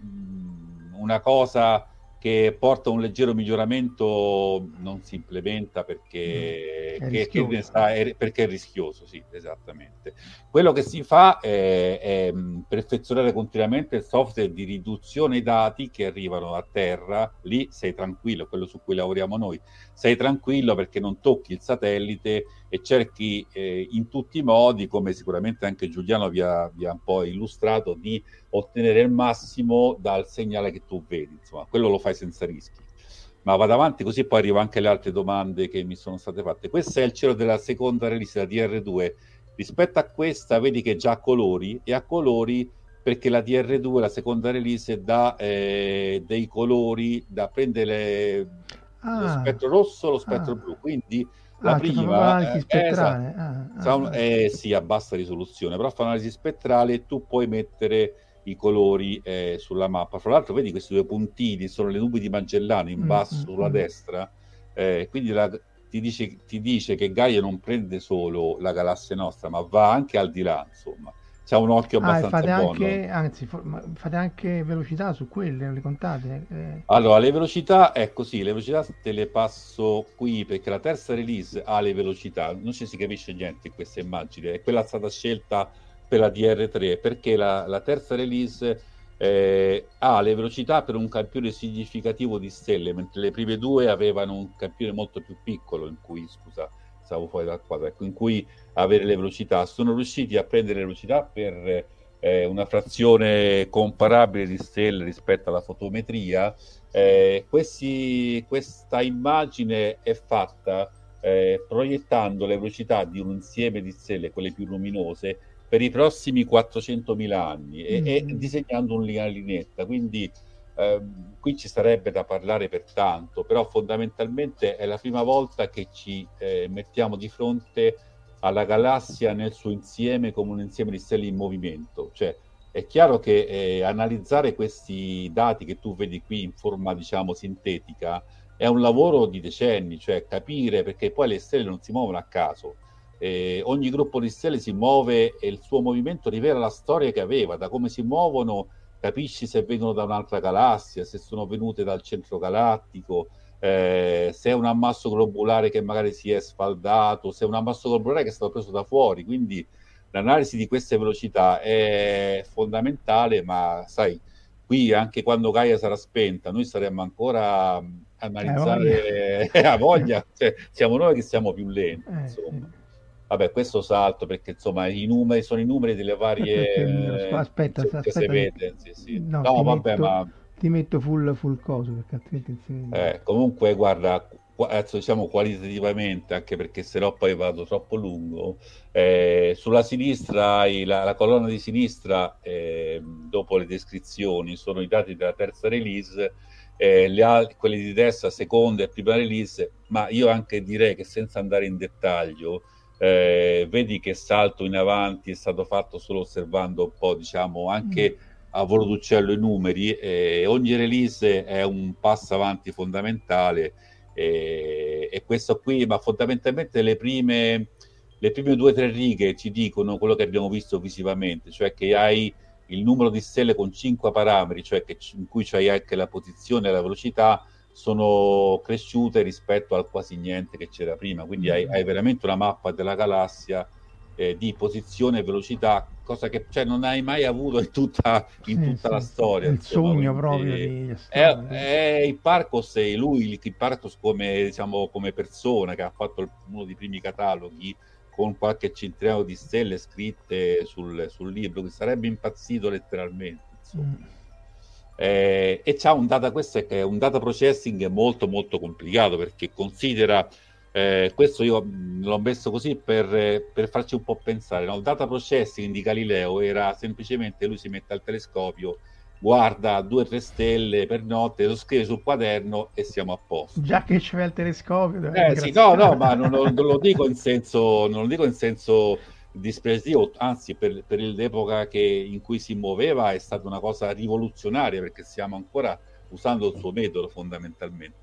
Una cosa che porta a un leggero miglioramento non si implementa perché, è che, che ne rischioso. sa, è, perché è rischioso, sì, esattamente. Quello che si fa è, è perfezionare continuamente il software di riduzione dati che arrivano a terra. Lì sei tranquillo, quello su cui lavoriamo noi, sei tranquillo perché non tocchi il satellite e cerchi eh, in tutti i modi, come sicuramente anche Giuliano vi ha, vi ha un po' illustrato, di ottenere il massimo dal segnale che tu vedi, insomma, quello lo fai senza rischi. Ma vado avanti così poi arrivo anche alle altre domande che mi sono state fatte. Questo è il cielo della seconda release, la D R due. Rispetto a questa vedi che è già a colori, e a colori perché la D R due, la seconda release, dà eh, dei colori da prendere Ah, lo spettro rosso, lo spettro ah. blu, quindi la Ah, cioè fa proprio prima l'analisi eh, spettrale. esatto, Ah, ah, fa un- ah. eh, sì, a bassa risoluzione, però fa un'analisi spettrale e tu puoi mettere i colori eh, sulla mappa. Fra l'altro vedi questi due puntini, sono le nubi di Magellano in Mm, basso mm, sulla mm. destra, eh, quindi la- ti dice, ti dice che Gaia non prende solo la galassia nostra, ma va anche al di là, insomma. C'ha un occhio Ah, e abbastanza fate buono. anche, anzi, for- ma fate anche velocità su quelle, le contate? Eh, Allora, le velocità, è così, le velocità te le passo qui perché la terza release ha le velocità, non ci si capisce niente in questa immagine, e quella è stata scelta per la D R tre perché la, la terza release eh, ha le velocità per un campione significativo di stelle, mentre le prime due avevano un campione molto più piccolo, in cui, scusa, stavo fuori dal quadro, ecco, in cui avere le velocità. Sono riusciti a prendere le velocità per eh, una frazione comparabile di stelle rispetto alla fotometria. Eh, questi, questa immagine è fatta eh, proiettando le velocità di un insieme di stelle, quelle più luminose, per i prossimi quattrocentomila anni e, Mm, e mm. disegnando una lineetta. Quindi ehm, qui ci sarebbe da parlare per tanto, però fondamentalmente è la prima volta che ci eh, mettiamo di fronte alla galassia nel suo insieme come un insieme di stelle in movimento. Cioè, è chiaro che eh, analizzare questi dati che tu vedi qui in forma, diciamo, sintetica è un lavoro di decenni, cioè capire, perché poi le stelle non si muovono a caso. Eh, ogni gruppo di stelle si muove e il suo movimento rivela la storia che aveva, da come si muovono capisci se vengono da un'altra galassia, se sono venute dal centro galattico, eh, se è un ammasso globulare che magari si è sfaldato, se è un ammasso globulare che è stato preso da fuori. Quindi l'analisi di queste velocità è fondamentale, ma sai, qui anche quando Gaia sarà spenta, noi saremmo ancora a analizzare Eh, a voglia, cioè, siamo noi che siamo più lenti, Eh, insomma. sì. Vabbè, questo salto perché insomma i numeri sono i numeri delle Perché me lo sto- varie aspetta, se, se si aspetta, che- vede, sì, sì. no, No, ti vabbè, metto, ma ti metto full, full coso perché altrimenti non si vede. eh, comunque guarda, qua- adesso diciamo qualitativamente, anche perché sennò poi vado troppo lungo. Eh, sulla sinistra hai la, la colonna di sinistra, eh, dopo le descrizioni, sono i dati della terza release, eh, le al- quelli di destra, seconda e prima release, ma io anche direi che senza andare in dettaglio, eh, vedi che salto in avanti è stato fatto solo osservando un po', diciamo, anche a volo d'uccello i numeri. Eh, ogni release è un passo avanti fondamentale, eh, e questo qui, ma fondamentalmente le prime, le prime due o tre righe ci dicono quello che abbiamo visto visivamente, cioè che hai il numero di stelle con cinque parametri, cioè che, in cui c'hai anche la posizione e la velocità, sono cresciute rispetto al quasi niente che c'era prima. Quindi hai, hai veramente una mappa della galassia eh, di posizione e velocità, cosa che cioè, non hai mai avuto in tutta, in Sì, tutta sì, la sì. storia. È il Insomma, sogno quindi, proprio degli è, astronomi. è il Parcos, è lui il Parcos come, diciamo, come persona che ha fatto il, uno dei primi cataloghi con qualche centinaio di stelle scritte sul, sul libro, che sarebbe impazzito letteralmente, insomma. Mm. Eh, e c'ha un data, questo è che è un data processing molto molto complicato, perché considera eh, questo io mh, l'ho messo così per, eh, per farci un po' pensare, no? Il data processing di Galileo era semplicemente lui si mette al telescopio, guarda due o tre stelle per notte, lo scrive sul quaderno e siamo a posto. Già che c'è il telescopio, Eh sì, no, no, ma non, non lo dico in senso, non lo dico in senso dispregiativo, anzi per, per l'epoca che, in cui si muoveva è stata una cosa rivoluzionaria, perché stiamo ancora usando il suo metodo fondamentalmente.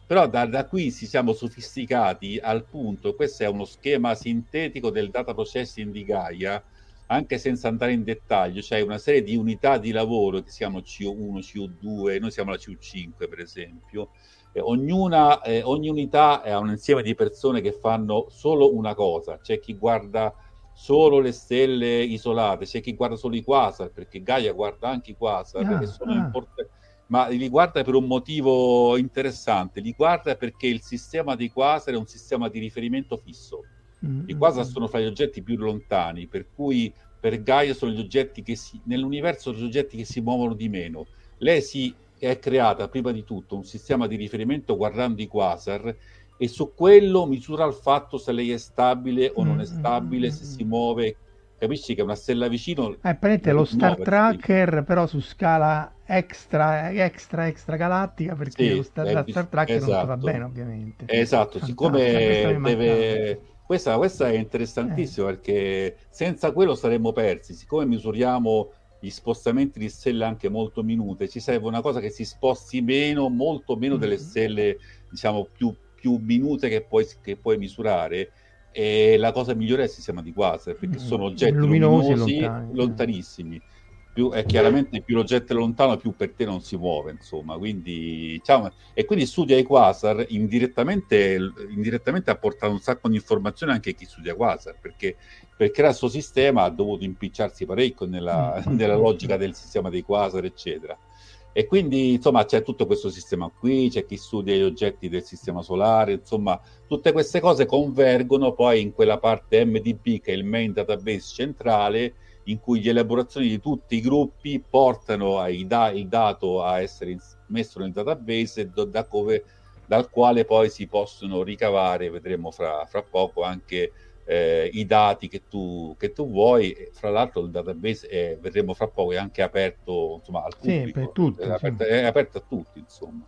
Però da, da qui ci siamo sofisticati al punto, questo è uno schema sintetico del data processing di Gaia, anche senza andare in dettaglio, c'è una serie di unità di lavoro che si chiamano C O uno, C O due, noi siamo la C O cinque per esempio, eh, ognuna, eh, ogni unità è un insieme di persone che fanno solo una cosa, c'è chi guarda solo le stelle isolate, c'è chi guarda solo i quasar, perché Gaia guarda anche i quasar, Ah, che sono ah. importanti, ma li guarda per un motivo interessante, li guarda perché il sistema dei quasar è un sistema di riferimento fisso. Mm, I mm, quasar mm. sono fra gli oggetti più lontani, per cui per Gaia sono gli oggetti che si, nell'universo sono gli oggetti che si muovono di meno. Lei si è creata prima di tutto un sistema di riferimento guardando i quasar e su quello misura il fatto se lei è stabile o non è stabile, Mm, se mm, si mm. muove. Capisci che una stella vicino Eh, prendete lo deve Star muoversi. Tracker però su scala extra extra extra galattica, perché Sì, lo Star, è la bis- Star Tracker non ti va esatto. bene ovviamente. Esatto, Fantastica, siccome questa mi mancava. deve... Questa, questa è interessantissima perché senza quello saremmo persi. Siccome misuriamo gli spostamenti di stelle anche molto minute, ci serve una cosa che si sposti meno, molto meno delle Mm. stelle, diciamo, più, più minute che puoi, che puoi misurare. E la cosa migliore è il sistema di quasar, perché Mm. sono oggetti Luminosi e luminosi, lontani, eh. lontanissimi. Più, e chiaramente più l'oggetto è lontano, più per te non si muove, insomma. Quindi, diciamo, e quindi studia i quasar indirettamente, indirettamente ha portato un sacco di informazioni anche a chi studia quasar, perché per creare il suo sistema ha dovuto impicciarsi parecchio nella, Mm. nella logica del sistema dei quasar, eccetera. E quindi, insomma, c'è tutto questo sistema qui, c'è chi studia gli oggetti del sistema solare, insomma, tutte queste cose convergono poi in quella parte M D B, che è il main database centrale, in cui le elaborazioni di tutti i gruppi portano ai da- il dato a essere ins- messo nel database, do- da dove, dal quale poi si possono ricavare, vedremo fra, fra poco, anche eh, i dati che tu, che tu vuoi. E fra l'altro il database è, vedremo fra poco, è anche aperto, insomma, al Sì, pubblico, per tutti, è, aperto, sì. è aperto a tutti, insomma.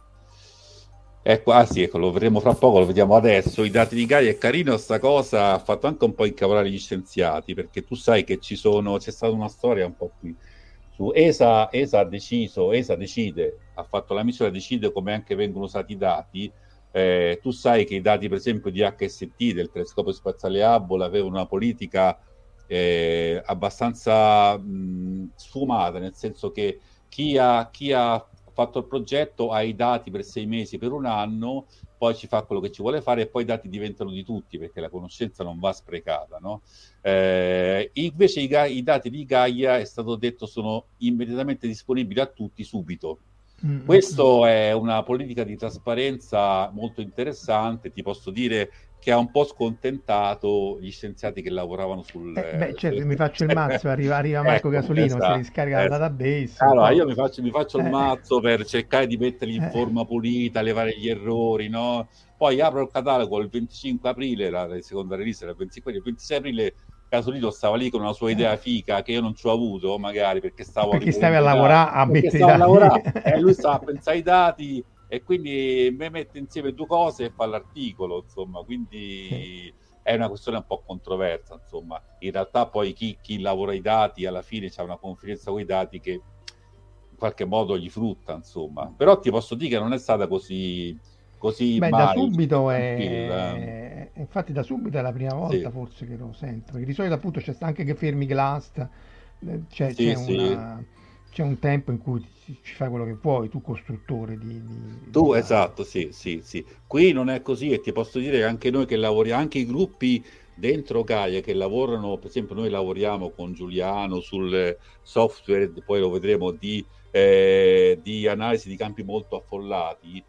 Ecco, ah sì, ecco, lo vedremo fra poco, lo vediamo adesso. I dati di Gaia, è carino sta cosa, ha fatto anche un po' incavolare gli scienziati, perché tu sai che ci sono, c'è stata una storia un po' qui. Su ESA, ESA ha deciso, ESA decide, ha fatto la missione, decide come anche vengono usati i dati. Eh, tu sai che i dati, per esempio, di H S T, del telescopio spaziale Hubble, avevano una politica eh, abbastanza mh, sfumata, nel senso che chi ha, chi ha fatto il progetto ha i dati per sei mesi, per un anno, poi ci fa quello che ci vuole fare e poi i dati diventano di tutti, perché la conoscenza non va sprecata, no? Eh, invece i, ga- i dati di Gaia, è stato detto, sono immediatamente disponibili a tutti subito. Mm. Questo è una politica di trasparenza molto interessante, ti posso dire che ha un po' scontentato gli scienziati che lavoravano sul... Eh, beh, certo, sul- mi faccio il mazzo, arriva, arriva Marco Ecco, Casolino, si esatto, riscarica la esatto. database. Allora, poi- io mi faccio, mi faccio il Eh. mazzo per cercare di metterli in Eh. forma pulita, levare gli errori, no? Poi apro il catalogo il venticinque aprile, la, la seconda release era il venticinque, il ventisei aprile Casolino stava lì con una sua idea fica che io non ci ho avuto, magari perché stavo Perché stavi a ripulendo i lavorare a dati, perché mettere i stavo a dati. lavorare e lui stava a pensare ai dati e quindi mi mette insieme due cose e fa l'articolo, insomma, quindi Sì. è una questione un po' controversa, insomma. In realtà poi chi, chi lavora i dati alla fine c'ha una confidenza con i dati che in qualche modo gli frutta, insomma. Però ti posso dire che non è stata così, così Beh, da mai subito tranquilla. è... infatti da subito è la prima volta Sì. forse che lo sento, perché di solito appunto c'è sta anche che fermi Glast, eh, c'è, Sì, c'è sì. una... c'è un tempo in cui ci ci fai quello che vuoi, tu costrutore di... di- Tu, di- esatto, sì, sì, sì. Qui non è così e ti posso dire che anche noi che lavoriamo, anche i gruppi dentro Gaia che lavorano, per esempio noi lavoriamo con Giuliano sul software, poi lo vedremo, di, eh, di analisi di campi molto affollati,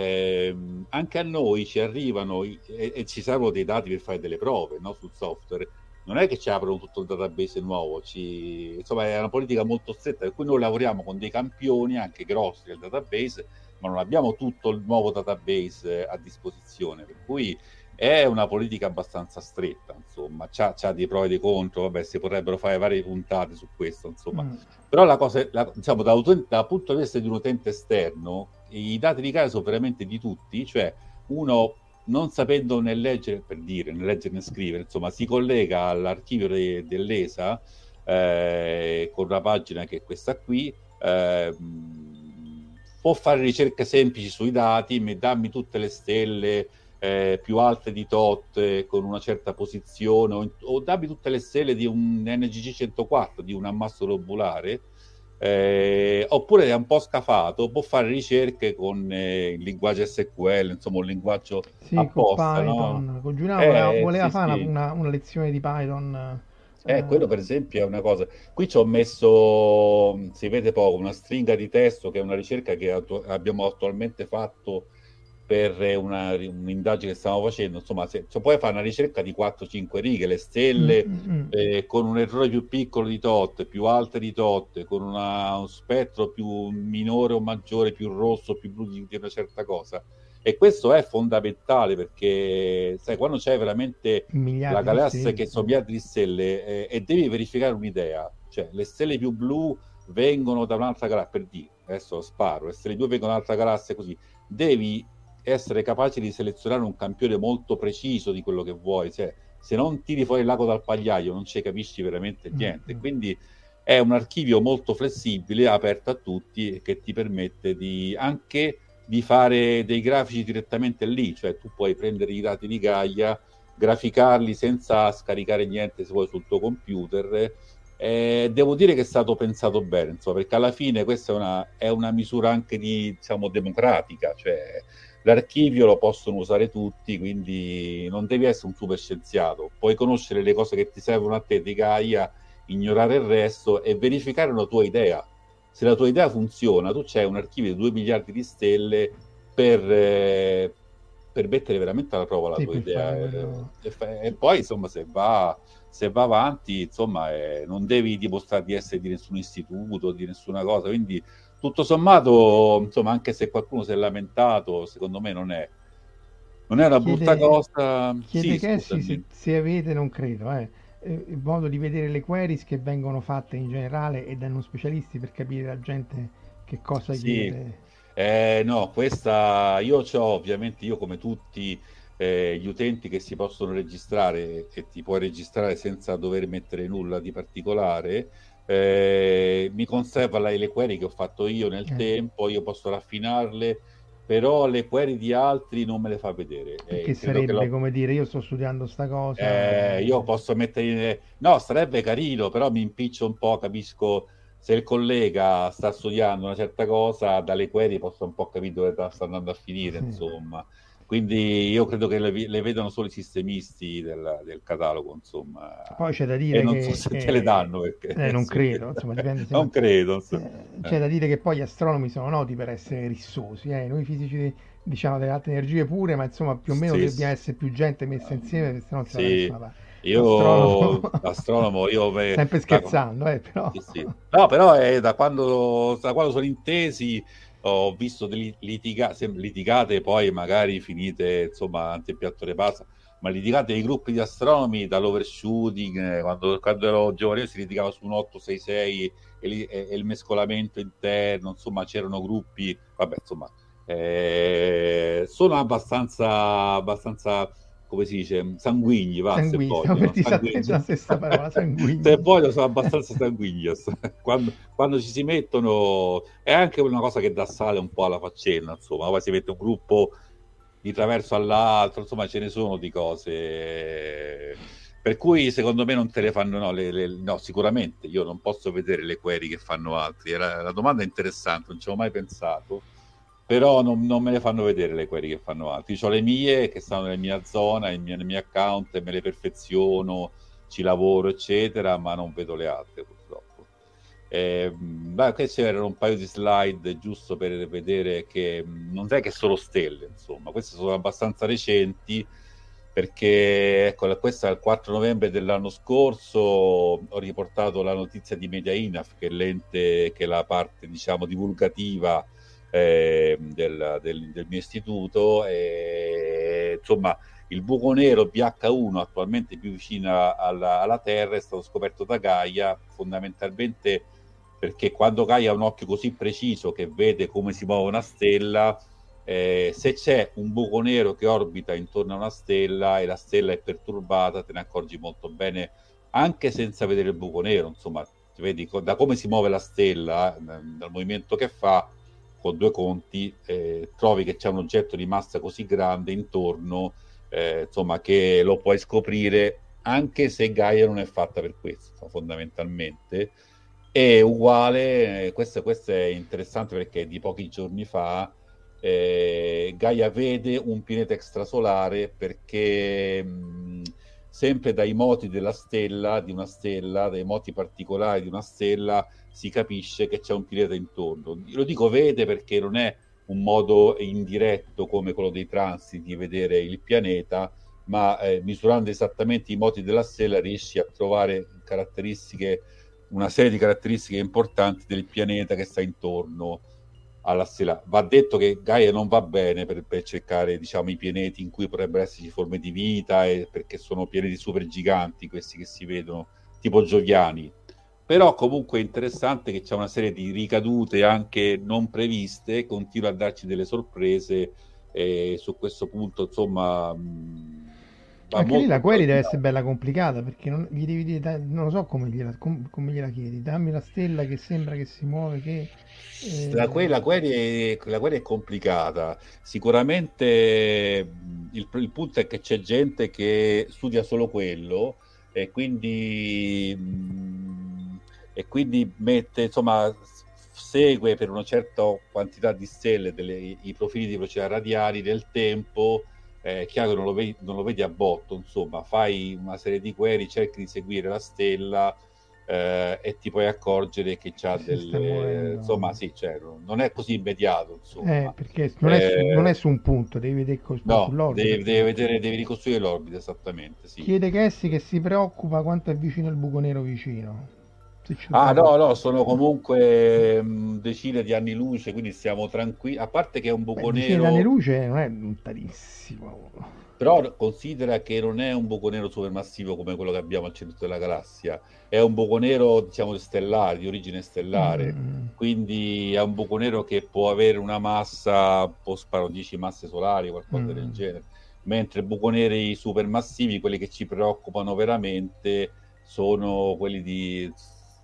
ehm, anche a noi ci arrivano i- e, e ci servono dei dati per fare delle prove, no, sul software. Non è che ci aprono tutto il database nuovo, ci... insomma è una politica molto stretta, per cui noi lavoriamo con dei campioni anche grossi del database, ma non abbiamo tutto il nuovo database eh, a disposizione, per cui è una politica abbastanza stretta, insomma, c'ha, c'ha dei pro e dei contro, vabbè, si potrebbero fare varie puntate su questo, insomma. Mm. Però la cosa, la- diciamo, da utente- dal punto di vista di un utente esterno, i dati di casa sono veramente di tutti, cioè uno non sapendo né leggere, per dire, né leggere né scrivere, insomma, si collega all'archivio de- dell'ESA eh, con una pagina che è questa qui, ehm, può fare ricerche semplici sui dati, mi dammi tutte le stelle eh, più alte di tot eh, con una certa posizione, o, o dammi tutte le stelle di un N G C centoquattro, di un ammasso globulare, eh, oppure è un po' scafato, può fare ricerche con eh, il linguaggio S Q L, insomma un linguaggio Sì, con apposta, Python. no? Con Giuliano voleva, Eh, voleva sì, fare sì. una, una- una lezione di Python. Eh, quello per eh, esempio è una cosa. Qui ci ho messo, si vede poco, una stringa di testo che è una ricerca che attu- abbiamo attualmente fatto per una- un'indagine che stiamo facendo. Insomma, se, se puoi fare una ricerca di quattro cinque righe, le mm, stelle mm, mm. eh, con un errore più piccolo di tot, più alte di tot, con una- uno spettro più minore o maggiore, più rosso, più blu di, di una certa cosa. E questo è fondamentale perché, sai, quando c'è veramente la Miliardi di galassia stelle. che sono miliardi di stelle eh, e devi verificare un'idea, cioè le stelle più blu vengono da un'altra galassia, per dire, adesso sparo, le stelle blu vengono da un'altra galassia, così devi essere capace di selezionare un campione molto preciso di quello che vuoi, cioè, se non tiri fuori l'ago dal pagliaio non ci capisci veramente niente, Mm, mm. quindi è un archivio molto flessibile, aperto a tutti, che ti permette di anche di fare dei grafici direttamente lì, cioè tu puoi prendere i dati di Gaia, graficarli senza scaricare niente se vuoi sul tuo computer. Eh, devo dire che è stato pensato bene, insomma, perché alla fine questa è una, è una misura anche di, diciamo, democratica, cioè l'archivio lo possono usare tutti, quindi non devi essere un super scienziato, puoi conoscere le cose che ti servono a te di Gaia, ignorare il resto e verificare una tua idea. Se la tua idea funziona, tu c'hai un archivio di due miliardi di stelle per, eh, per mettere veramente alla prova la Sì, tua per idea. fare eh, quello. e, fa- e poi, insomma, se va, se va avanti, insomma, eh, non devi dimostrare di essere di nessun istituto, di nessuna cosa. Quindi, tutto sommato, insomma, anche se qualcuno si è lamentato, secondo me non è, non è una brutta Chiede, cosa. chiede Sì, Cassie se, scusami. se avete, non credo, eh, eh, il modo di vedere le queries che vengono fatte in generale e da non specialisti per capire la gente che cosa Sì, chiede. eh, no, questa io c'ho ovviamente, io come tutti eh, gli utenti che si possono registrare e ti puoi registrare senza dover mettere nulla di particolare, eh, mi conserva le, le query che ho fatto io nel Eh, tempo, io posso raffinarle, però le query di altri non me le fa vedere. perché Eh, credo che sarebbe lo, come dire io sto studiando sta cosa. eh, io eh, posso mettere, no, sarebbe carino, però mi impiccio un po', capisco se il collega sta studiando una certa cosa, dalle query posso un po' capire dove sta sta andando a finire, sì. insomma. Quindi io credo che le, le vedano solo i sistemisti del, del catalogo, insomma. Poi c'è da E dire non so che, se te le che- danno perché eh, non sì. credo, insomma, dipende se... Non credo, insomma. eh, c'è Eh, da dire che poi gli astronomi sono noti per essere rissosi, eh. Noi fisici diciamo delle alte energie pure, ma insomma più o meno sì, dobbiamo sì. essere più gente messa insieme, Um, perché se no non si va da sì, nessuna parte. L'astronomo, io astronomo, io me- sempre da- scherzando, eh, però... sì, sì. No, però è da quando, da quando sono intesi ho visto delle litiga- sem- litigate poi magari finite, insomma, antepiatto le passa, ma litigate dei gruppi di astronomi dall'overshooting, eh, quando, quando ero giovane si litigava su un otto sei sei e, li- e- e il mescolamento interno, insomma, c'erano gruppi, vabbè, insomma, eh, sono abbastanza, abbastanza, come si dice, sanguigni, va, se Sanguigno, stavo per vogliono, dire esattamente la sanguigni. stessa parola, Se sanguigno. vogliono sono abbastanza sanguignos. Quando, quando ci si mettono è anche una cosa che dà sale un po' alla faccenda, insomma, poi si mette un gruppo di traverso all'altro, insomma, ce ne sono di cose. Per cui secondo me non te le fanno, no, le, le- no, sicuramente io non posso vedere le query che fanno altri. La, la domanda è interessante, non ci ho mai pensato, però non, non me le fanno vedere le query che fanno altri. Io ho le mie che stanno nella mia zona, nel mio, nel mio account, e me le perfeziono, ci lavoro, eccetera, ma non vedo le altre purtroppo. Eh, beh, queste erano un paio di slide giusto per vedere che mh, non è che solo stelle, insomma, queste sono abbastanza recenti perché ecco, questa è il quattro novembre dell'anno scorso, ho riportato la notizia di MediaINAF, che è l'ente, che è la parte, diciamo, divulgativa eh, del, del, del mio istituto, e insomma il buco nero B H uno, attualmente più vicino alla, alla Terra, è stato scoperto da Gaia fondamentalmente perché quando Gaia ha un occhio così preciso che vede come si muove una stella, eh, se c'è un buco nero che orbita intorno a una stella e la stella è perturbata, te ne accorgi molto bene anche senza vedere il buco nero, insomma, vedi da come si muove la stella, eh, dal movimento che fa, con due conti, eh, trovi che c'è un oggetto di massa così grande intorno, eh, insomma, che lo puoi scoprire, anche se Gaia non è fatta per questo, fondamentalmente. È uguale, eh, questo, questo è interessante perché di pochi giorni fa eh, Gaia vede un pianeta extrasolare perché mh, sempre dai moti della stella, di una stella, dai moti particolari di una stella, si capisce che c'è un pianeta intorno. Io lo dico vede perché non è un modo indiretto come quello dei transiti di vedere il pianeta, ma eh, misurando esattamente i moti della stella riesci a trovare caratteristiche, una serie di caratteristiche importanti del pianeta che sta intorno alla stella. Va detto che Gaia non va bene per, per cercare, diciamo, i pianeti in cui potrebbero esserci forme di vita, e perché sono pianeti super giganti questi che si vedono, tipo Gioviani. Però comunque è interessante che c'è una serie di ricadute anche non previste, continua a darci delle sorprese, e su questo punto, insomma, mh, va Anche lì molto la query deve bene. essere bella complicata, perché non, gli devi dire, dai, non lo so come gliela, com- come gliela chiedi, dammi la stella che sembra che si muove, che... La, eh, que- la query è, la query è complicata. Sicuramente mh, il, il punto è che c'è gente che studia solo quello, e quindi, mh, e quindi mette, insomma, s- segue per una certa quantità di stelle delle- i profili di velocità radiali del tempo. È chiaro che non lo vedi, non lo vedi a botto, insomma, fai una serie di query, cerchi di seguire la stella, eh, e ti puoi accorgere che c'ha che si sta delle, insomma, muovendo. sì, cioè, non è così immediato, Eh, insomma. perché non è, su, non è Eh, su un punto, devi vedere co- poi no, sull'orbita, devi, devi appunto. vedere, devi ricostruire l'orbita, esattamente, sì. Chiede Cassie che si preoccupa quanto è vicino il buco nero vicino. Se ce lo Ah, fai no, vedere. no, sono comunque mh, decine di anni luce, quindi stiamo tranquilli, a parte che è un Beh, buco decine d'anni nero. luce non è lontanissimo. Però considera che non è un buco nero supermassivo come quello che abbiamo al centro della galassia, è un buco nero, diciamo, stellare, di origine stellare, Mm. quindi è un buco nero che può avere una massa, può sparo dieci masse solari, qualcosa Mm. del genere, mentre buco neri supermassivi, quelli che ci preoccupano veramente, sono quelli di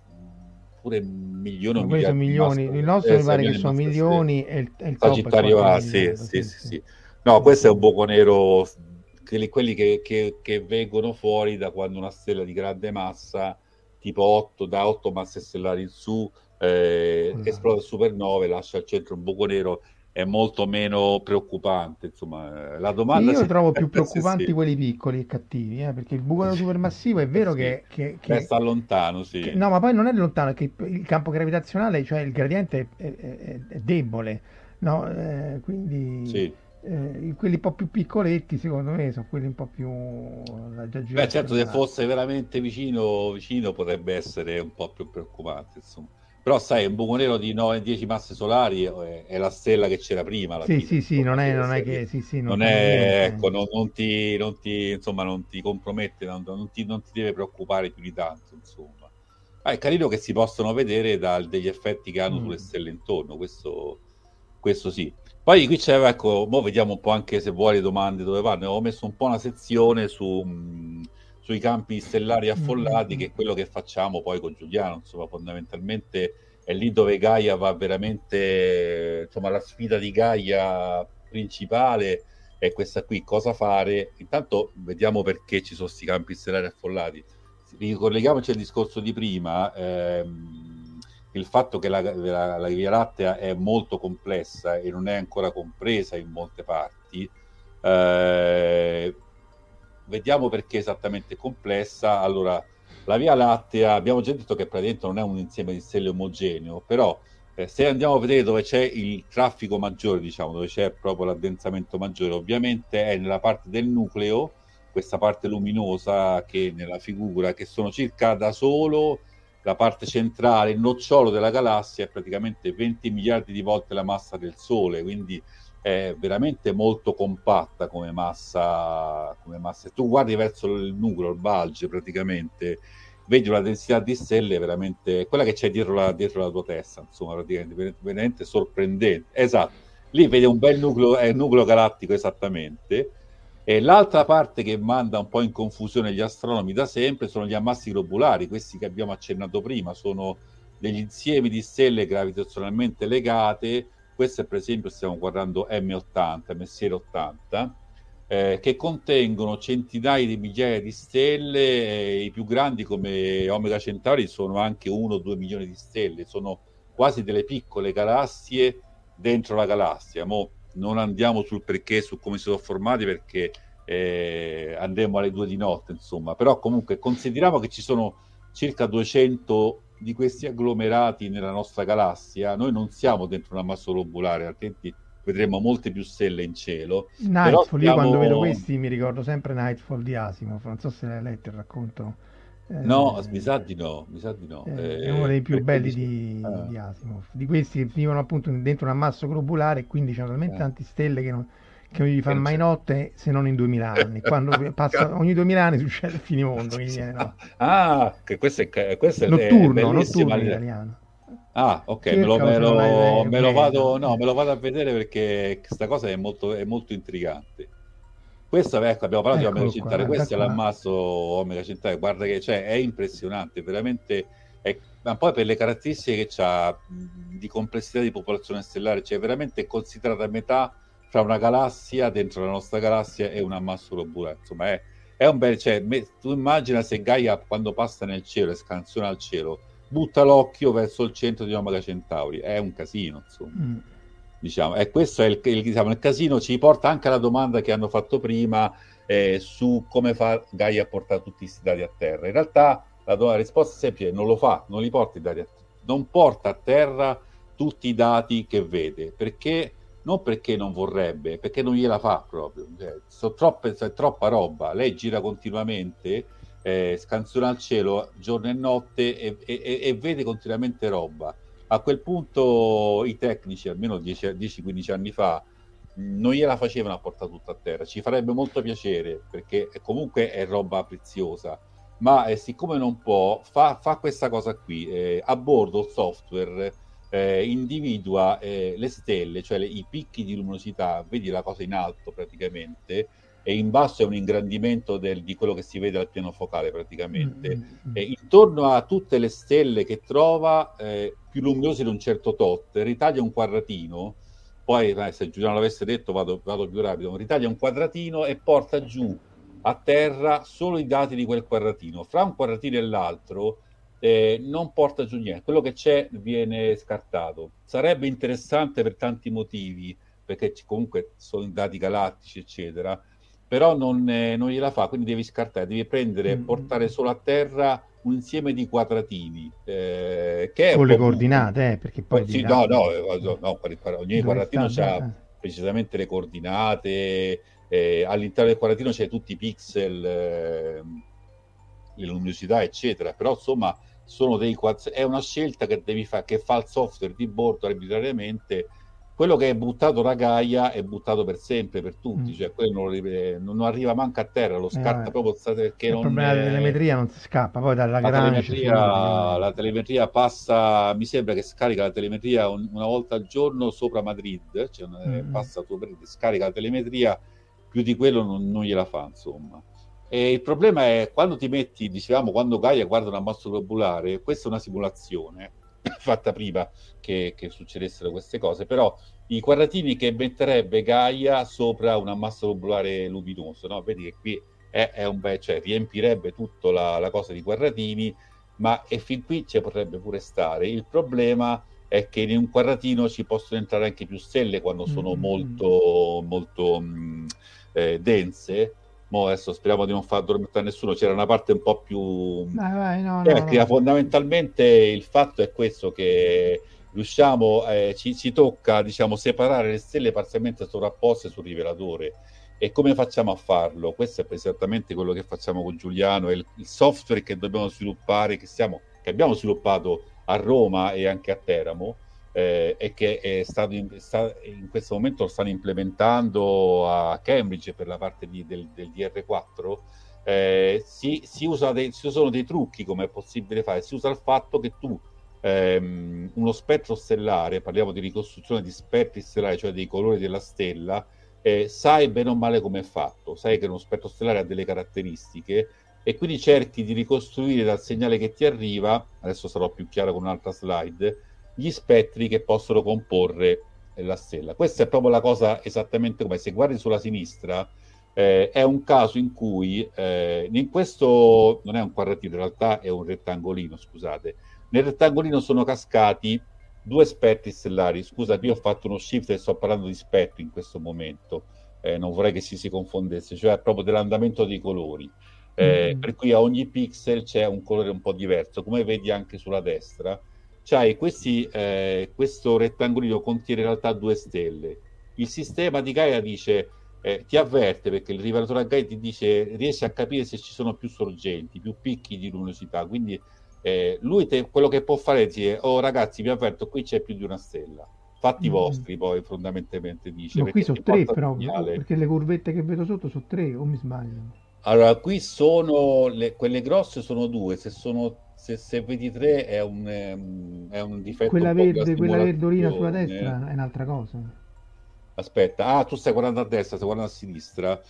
pure milioni o Ma quelli sono miliardi di masse, milioni, il nostro eh, mi pare che milioni di sono masse stelle. milioni e il, e il top è Sagittario qualche A, sì, miliardo, sì, sì, sì, sì. sì. No, Sì, questo è sì. un buco nero, quelli, quelli che, che, che vengono fuori da quando una stella di grande massa, tipo otto, da otto masse stellari in su, eh, Esatto. esplode supernove, lascia al centro un buco nero, è molto meno preoccupante. Insomma, eh, la Sì, domanda io si trovo più sì, preoccupanti sì. quelli piccoli e cattivi, eh, perché il buco nero supermassivo è Eh, vero sì. che, che- Beh, che- sta lontano, che- sì. no, ma poi non è lontano, è che il il campo gravitazionale, cioè il gradiente è, è- è- è debole, no? Eh, quindi Sì. eh, quelli un po' più piccoletti, secondo me, sono quelli un po' più da già Beh, girare per certo, se là. fosse veramente vicino, vicino potrebbe essere un po' più preoccupante, insomma. Però, sai, un buco nero di nove dieci masse solari è, è la stella che c'era prima, alla Sì, fine, sì, sì, insomma, non è, se- non è se- che, sì, sì, non non cambia è, niente. ecco, non, non ti, non ti, insomma, non ti compromette, non, non ti, non ti deve preoccupare più di tanto, insomma. Ah, è carino che si possono vedere da, degli effetti che hanno Mm. sulle stelle intorno, questo, questo sì. Poi qui c'è, ecco, mo vediamo un po' anche se vuoi le domande dove vanno. Ho messo un po' una sezione su, mh, sui campi stellari Mm, mm, affollati, mm. che è quello che facciamo poi con Giuliano, insomma, fondamentalmente è lì dove Gaia va veramente, insomma, la sfida di Gaia principale è questa qui, cosa fare. Intanto vediamo perché ci sono questi campi stellari affollati. Ricolleghiamoci al discorso di prima, ehm, il fatto che la, la, la Via Lattea è molto complessa e non è ancora compresa in molte parti. Eh, vediamo perché esattamente è complessa. Allora, la Via Lattea, abbiamo già detto che praticamente non è un insieme di stelle omogeneo, però eh, se andiamo a vedere dove c'è il traffico maggiore, diciamo, dove c'è proprio l'addensamento maggiore, ovviamente è nella parte del nucleo, questa parte luminosa che nella figura, che sono circa da solo la parte centrale, il nocciolo della galassia, è praticamente venti miliardi di volte la massa del Sole, quindi è veramente molto compatta come massa, come massa. Tu guardi verso il nucleo, il bulge, praticamente vedi una densità di stelle veramente quella che c'è dietro la, dietro la tua testa, insomma, praticamente veramente sorprendente. Esatto, lì vedi un bel nucleo, è il nucleo galattico esattamente. E l'altra parte che manda un po' in confusione gli astronomi da sempre sono gli ammassi globulari, questi che abbiamo accennato prima, sono degli insiemi di stelle gravitazionalmente legate Questo è, per esempio, stiamo guardando M ottanta, Messier ottanta, eh, che contengono centinaia di migliaia di stelle, e i più grandi come Omega Centauri sono anche uno o due milioni di stelle, sono quasi delle piccole galassie dentro la galassia. Mo non andiamo sul perché, su come si sono formati, perché eh, andremo alle due di notte, insomma, però comunque consideriamo che ci sono circa duecento di questi agglomerati nella nostra galassia. Noi non siamo dentro una massa globulare, altrimenti vedremo molte più stelle in cielo. Nightfall, Però io quando siamo... vedo questi mi ricordo sempre Nightfall di Asimov, non so se l'hai letto il racconto. Eh, No, mi sa di no, mi sa di no. eh, Eh, è uno dei più perché belli dice- di, ah, di Asimov, di questi che vivono appunto dentro un ammasso globulare e quindi c'hanno talmente eh, tante stelle che non, che non gli che fanno non mai c'è. notte se non in duemila anni. Quando passa ogni duemila anni succede il finimondo, che gli viene notte. Ah, che questo è, questo è Notturno, bellissima notturno in idea. italiano. Ah, ok, me lo, Cercalo me se non l'hai lo- mai me lo vado, preso. no, me lo vado a vedere, perché questa cosa è molto, è molto intrigante. Questo, ecco, abbiamo parlato di Omega Eccolo qua, Centauri, guarda questo è qua. l'ammasso Omega Centauri, guarda che cioè, è impressionante, veramente, è, ma poi per le caratteristiche che ha di complessità di popolazione stellare, cioè veramente è considerata metà fra una galassia, dentro la nostra galassia, e un ammasso globulare. Insomma, è, è un bel, cioè, me- tu immagina se Gaia, quando passa nel cielo e scansiona al cielo, butta l'occhio verso il centro di Omega Centauri, è un casino, insomma. Mm. Diciamo, e questo è il, il, diciamo, il casino. Ci porta anche alla domanda che hanno fatto prima, eh, su come fa Gaia a portare tutti questi dati a terra. In realtà la, la risposta è semplice: non lo fa, non li porta i dati a terra, non porta a terra tutti i dati che vede, perché non perché non vorrebbe, perché non gliela fa proprio. Cioè, so troppe, è troppa roba. Lei gira continuamente, eh, scansiona al cielo giorno e notte, e, e, e vede continuamente roba. A quel punto i tecnici, almeno dieci quindici anni fa, non gliela facevano a portare tutto a terra. Ci farebbe molto piacere, perché comunque è roba preziosa, ma eh, siccome non può, fa, fa questa cosa qui. Eh, a bordo il software eh, individua eh, le stelle, cioè le, i picchi di luminosità, vedi la cosa in alto praticamente, e in basso è un ingrandimento del, di quello che si vede al piano focale praticamente. Mm, mm, mm. E intorno a tutte le stelle che trova, eh, più luminose di un certo tot, ritaglia un quadratino. Poi eh, se Giuliano l'avesse detto vado, vado più rapido, ritaglia un quadratino e porta giù a terra solo i dati di quel quadratino. Fra un quadratino e l'altro eh, non porta giù niente, quello che c'è viene scartato. Sarebbe interessante per tanti motivi, perché comunque sono dati galattici eccetera, però non, eh, non gliela fa, quindi devi scartare, devi prendere, Mm. portare solo a terra un insieme di quadratini, eh, che è Con un le po' coordinate, eh, perché poi sì, devi no, dare- no, eh, no, no, ogni dove quadratino sta, ha eh. precisamente le coordinate, eh, all'interno del quadratino c'è tutti i pixel, eh, le luminosità, eccetera, però insomma sono dei quadri- è una scelta che devi fare, che fa il software di bordo arbitrariamente. Quello che è buttato da Gaia è buttato per sempre, per tutti, Mm. cioè quello non, ri- non- non arriva manco a terra, lo scarta vabbè. proprio perché Il non problema della è- telemetria non si scappa, poi dalla la Lagrange telemetria, figurati. la telemetria passa, mi sembra che scarica la telemetria un- una volta al giorno sopra Madrid, cioè una- Mm. passa sopra Madrid, scarica la telemetria, più di quello non, non gliela fa, insomma. E il problema è quando ti metti, dicevamo, quando Gaia guarda un ammasso globulare, questa è una simulazione fatta prima che, che succedessero queste cose, però i quadratini che metterebbe Gaia sopra un ammasso globulare luminoso, no? Vedi che qui è, è un bel, cioè riempirebbe tutta la, la cosa di quadratini, ma e fin qui ci potrebbe pure stare. Il problema è che in un quadratino ci possono entrare anche più stelle quando sono Mm. molto, molto mh, eh, dense. Mo adesso speriamo di non far addormentare nessuno. C'era una parte un po' più Vai, vai, no, no, tecnica. no. Fondamentalmente il fatto è questo, che riusciamo, eh, ci, ci tocca, diciamo, separare le stelle parzialmente sovrapposte sul rivelatore. E come facciamo a farlo? Questo è esattamente quello che facciamo con Giuliano, è il, il software che dobbiamo sviluppare, che, stiamo, che abbiamo sviluppato a Roma e anche a Teramo, eh, e che è stato in, sta, in questo momento lo stanno implementando a Cambridge per la parte di, del, del D R quattro. Eh, si, si, usa dei, si usano dei trucchi, come è possibile fare, si usa il fatto che tu ehm, uno spettro stellare, parliamo di ricostruzione di spettri stellari, cioè dei colori della stella, eh, sai bene o male come è fatto, sai che uno spettro stellare ha delle caratteristiche e quindi cerchi di ricostruire dal segnale che ti arriva, adesso sarò più chiaro con un'altra slide, gli spettri che possono comporre la stella. Questa è proprio la cosa esattamente come se guardi sulla sinistra, eh, è un caso in cui eh, in questo non è un quadratino, in realtà è un rettangolino, scusate. Nel rettangolino sono cascati due spettri stellari. Scusate, io ho fatto uno shift e sto parlando di spettri in questo momento, eh, non vorrei che si si confondesse, cioè proprio dell'andamento dei colori. Eh, Mm. per cui a ogni pixel c'è un colore un po' diverso, come vedi anche sulla destra. C'hai questi, eh, questo rettangolino contiene in realtà due stelle. Il sistema di Gaia dice, eh, ti avverte, perché il rivelatore a Gaia ti dice, riesce a capire se ci sono più sorgenti, più picchi di luminosità. Quindi eh, lui te, quello che può fare è dire, oh ragazzi, vi avverto, qui c'è più di una stella. Fatti Mm. vostri, poi fondamentalmente dice, Ma qui perché sono ti tre porta però, segnale. perché le curvette che vedo sotto sono tre, o mi sbaglio? Allora, qui sono le, quelle grosse sono due, se, sono, se, se vedi tre è un, ehm, è un difetto Quella un po' della verde, quella verdolina sulla simulazione. destra è un'altra cosa. Aspetta, ah, tu stai guardando a destra, stai guardando a sinistra.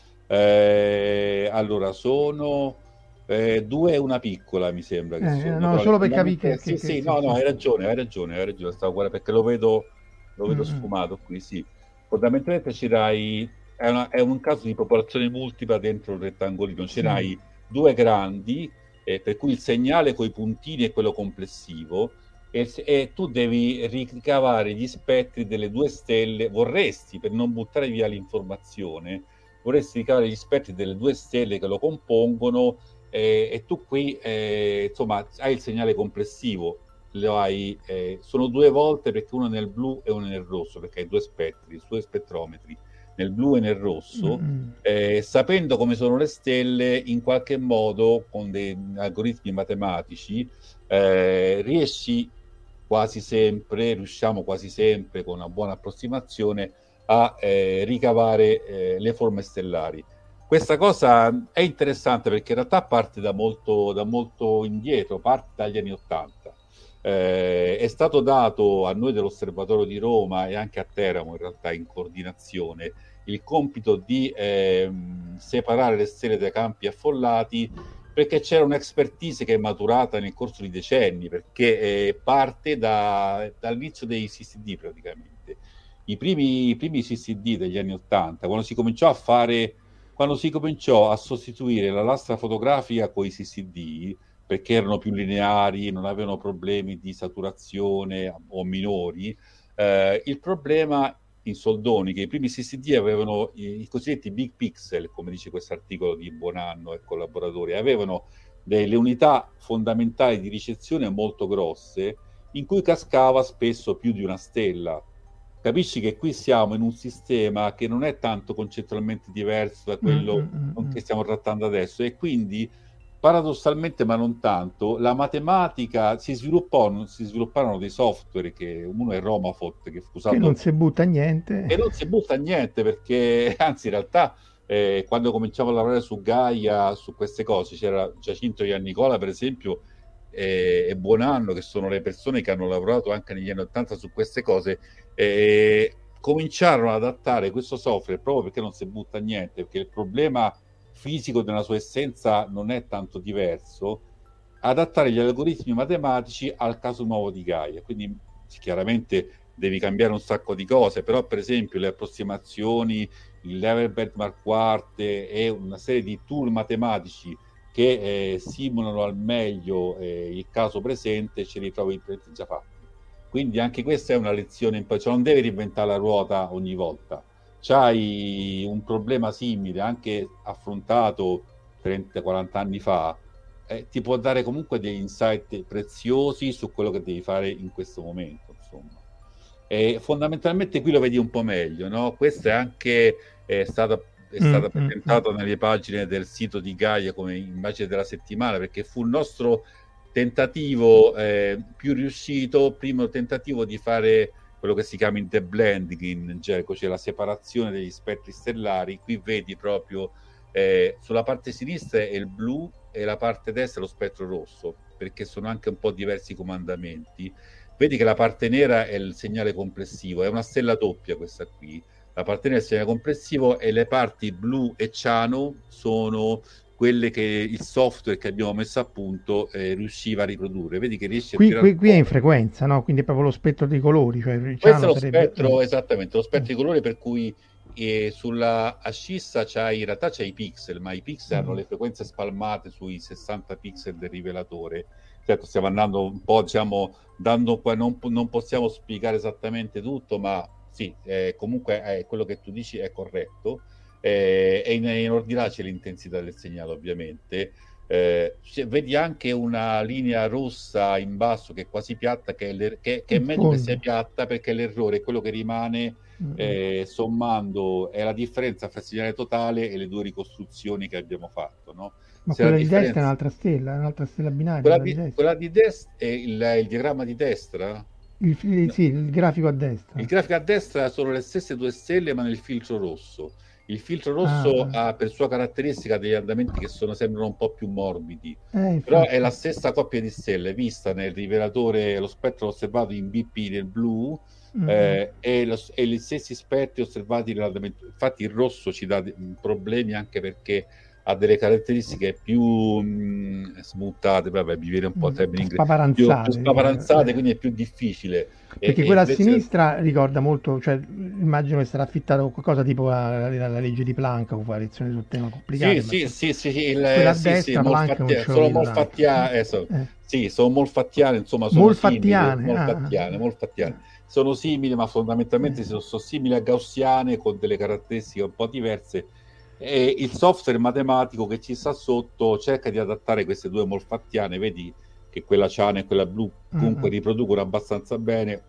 Eh, allora, sono eh, due e una piccola, mi sembra che Eh, sono. no, Però solo per capire fondamentalmente- che, che- sì, che- sì, sì, no, sì, no, hai sì. ragione, hai ragione, hai ragione, stavo guardando perché lo vedo, lo vedo Mm, mm. sfumato qui, sì. Fondamentalmente ce l'hai, è, una- è un caso di popolazione multipla dentro il rettangolino, ce Sì. n'hai due grandi, eh, per cui il segnale con i puntini è quello complessivo, e, se- e tu devi ricavare gli spettri delle due stelle, vorresti, per non buttare via l'informazione, vorresti ricavare gli spettri delle due stelle che lo compongono, eh, e tu qui, eh, insomma, hai il segnale complessivo, lo hai, eh, sono due volte perché uno è nel blu e uno è nel rosso, perché hai due spettri, due spettrometri, nel blu e nel rosso. Mm, mm. Eh, sapendo come sono le stelle, in qualche modo, con dei algoritmi matematici, eh, riesci quasi sempre, riusciamo quasi sempre con una buona approssimazione a eh, ricavare eh, le forme stellari. Questa cosa è interessante perché in realtà parte da molto, da molto indietro, parte dagli anni Ottanta. Eh, è stato dato a noi dell'Osservatorio di Roma e anche a Teramo, in realtà in coordinazione, il compito di ehm, separare le stelle dai campi affollati, perché c'era un'expertise che è maturata nel corso di decenni, perché eh, parte da, dall'inizio dei C C D praticamente. I primi, i primi C C D degli anni Ottanta, quando si cominciò a fare, quando si cominciò a sostituire la lastra fotografica con i C C D, perché erano più lineari, non avevano problemi di saturazione o minori, eh, il problema in soldoni che i primi C C D avevano i, i cosiddetti big pixel, come dice questo articolo di Buonanno e collaboratori, avevano delle unità fondamentali di ricezione molto grosse in cui cascava spesso più di una stella. Capisci che qui siamo in un sistema che non è tanto concettualmente diverso da quello Mm, mm, mm, che stiamo trattando adesso, e quindi paradossalmente, ma non tanto, la matematica si sviluppò, si svilupparono dei software, che uno è Romafot, che fu che usato non si butta niente. e non si butta niente, perché anzi in realtà eh, quando cominciamo a lavorare su Gaia, su queste cose, c'era Giacinto Iannicola per esempio, eh, e Buonanno, che sono le persone che hanno lavorato anche negli anni Ottanta su queste cose, eh, cominciarono ad adattare questo software proprio perché non si butta niente, perché il problema fisico nella sua essenza non è tanto diverso, adattare gli algoritmi matematici al caso nuovo di Gaia. Quindi chiaramente devi cambiare un sacco di cose, però per esempio le approssimazioni, il level benchmark quart e una serie di tool matematici che eh, simulano al meglio eh, il caso presente, ce li trovi già fatti. Quindi anche questa è una lezione in poi, cioè non devi reinventare la ruota ogni volta. C'hai un problema simile, anche affrontato trenta quaranta anni fa, eh, ti può dare comunque degli insight preziosi su quello che devi fare in questo momento, insomma. E fondamentalmente qui lo vedi un po' meglio, no? Questa è anche è stata, è stata Mm, presentata mm, nelle pagine del sito di Gaia come immagine della settimana, perché fu il nostro tentativo eh, più riuscito, primo tentativo di fare quello che si chiama interblending in gergo, cioè la separazione degli spettri stellari. Qui vedi proprio eh, sulla parte sinistra è il blu e la parte destra è lo spettro rosso, perché sono anche un po' diversi i comandamenti. Vedi che la parte nera è il segnale complessivo, è una stella doppia questa qui. La parte nera è il segnale complessivo e le parti blu e ciano sono quelle che il software che abbiamo messo a punto eh, riusciva a riprodurre. Vedi che riesce Qui, a tirare qui, qui è in frequenza, no? Quindi è proprio lo spettro dei colori. Cioè, questo è lo sarebbe... spettro, esattamente, lo spettro di colore, per cui eh, sulla ascissa c'hai, in realtà c'hai i pixel, ma i pixel Mm. hanno le frequenze spalmate sui sessanta pixel del rivelatore. Certo, stiamo andando un po', diciamo, dando qua, non, non possiamo spiegare esattamente tutto, ma sì, eh, comunque eh, quello che tu dici è corretto. Eh, e in, in ordine c'è l'intensità del segnale, ovviamente. Eh, vedi anche una linea rossa in basso che è quasi piatta, che è, l'er- che, che è In meglio fondo. che sia piatta, perché l'errore è quello che rimane Mm. eh, sommando, è la differenza fra il segnale totale e le due ricostruzioni che abbiamo fatto, no? Ma Se la quella di destra è differenza, un'altra stella, è un'altra stella binaria. quella Quella di di, destra. quella di destra è il, il diagramma di destra? Il, fi- No. sì, il grafico a destra. Il grafico a destra sono le stesse due stelle, ma nel filtro rosso. Il filtro rosso Ah. ha per sua caratteristica degli andamenti che sono, sembrano un po' più morbidi, Eh, però infatti. è la stessa coppia di stelle vista nel rivelatore, lo spettro osservato in B P nel blu, Mm. eh, e, lo- e gli stessi spettri osservati nell'andamento. Infatti il rosso ci dà de- problemi anche perché ha delle caratteristiche più mh, smuntate, vabbè, mi viene un po' Mm, il termine in inglese, più, spaparanzate, più spaparanzate, eh. quindi è più difficile. Perché E- e quella a invece- sinistra ricorda molto, cioè immagino che sarà affittato a qualcosa tipo la, la- la legge di Planck o variazioni sul tema complicate. Sì, ma- sì, sì, sì, sì, il- Quella a sì, destra, sì, Planck molfatti- non ce lo sono vedo molfattiane, tanto. eh, so- Eh. sì, sono molfattiane, insomma, sono Molfattiane, simili, molfattiane, ah. molfattiane. Sono simili, ma fondamentalmente Eh. sono, sono simili a gaussiane con delle caratteristiche un po' diverse. E il software matematico che ci sta sotto cerca di adattare queste due molfattiane, vedi che quella ciana e quella blu comunque Mm-mm. riproducono abbastanza bene.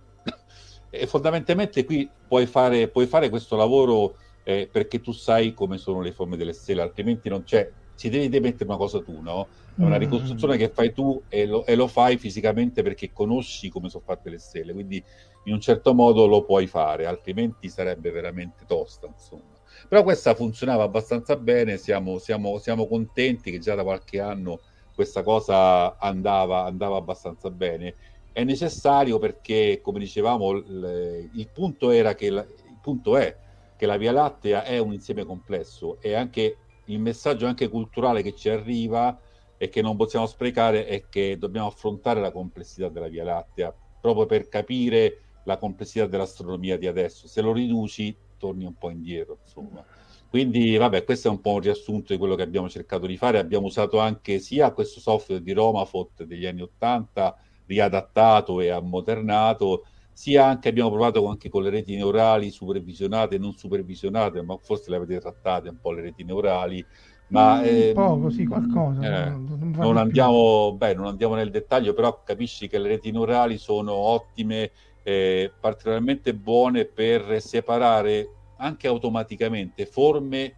E fondamentalmente qui puoi fare, puoi fare questo lavoro eh, perché tu sai come sono le forme delle stelle, altrimenti non c'è, ci devi, devi mettere una cosa tu, no? È una Mm. ricostruzione che fai tu e lo, e lo fai fisicamente perché conosci come sono fatte le stelle, quindi in un certo modo lo puoi fare, altrimenti sarebbe veramente tosta, insomma. Però questa funzionava abbastanza bene, siamo, siamo, siamo contenti che già da qualche anno questa cosa andava, andava abbastanza bene. È necessario perché, come dicevamo, il, il punto era che la, il punto è che la Via Lattea è un insieme complesso, e anche il messaggio anche culturale che ci arriva e che non possiamo sprecare è che dobbiamo affrontare la complessità della Via Lattea proprio per capire la complessità dell'astronomia di adesso. Se lo riduci torni un po' indietro, insomma. Quindi vabbè, questo è un po' un riassunto di quello che abbiamo cercato di fare. Abbiamo usato anche sia questo software di Romafot degli anni ottanta riadattato e ammodernato, sia anche abbiamo provato anche con le reti neurali supervisionate e non supervisionate, ma forse le avete trattate un po' le reti neurali, ma un ehm, po' così, qualcosa. eh, non, non non andiamo, beh, non andiamo nel dettaglio, però capisci che le reti neurali sono ottime, eh, particolarmente buone per separare anche automaticamente forme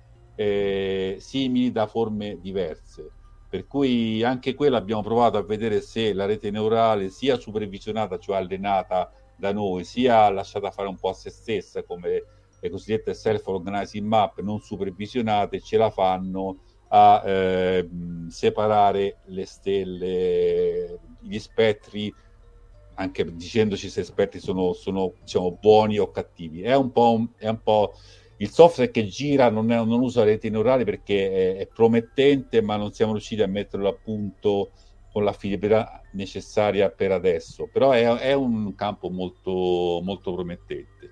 eh, simili da forme diverse. Per cui anche quello abbiamo provato a vedere se la rete neurale, sia supervisionata, cioè allenata da noi, sia lasciata fare un po' a se stessa, come le cosiddette self-organizing map non supervisionate, ce la fanno a eh, separare le stelle, gli spettri, anche dicendoci se spettri sono, sono diciamo, buoni o cattivi. È un po', un, è un po' il software che gira, non, è, non usa reti neurali perché è, è promettente, ma non siamo riusciti a metterlo a punto con la fidelità necessaria per adesso. Però è, è un campo molto, molto promettente.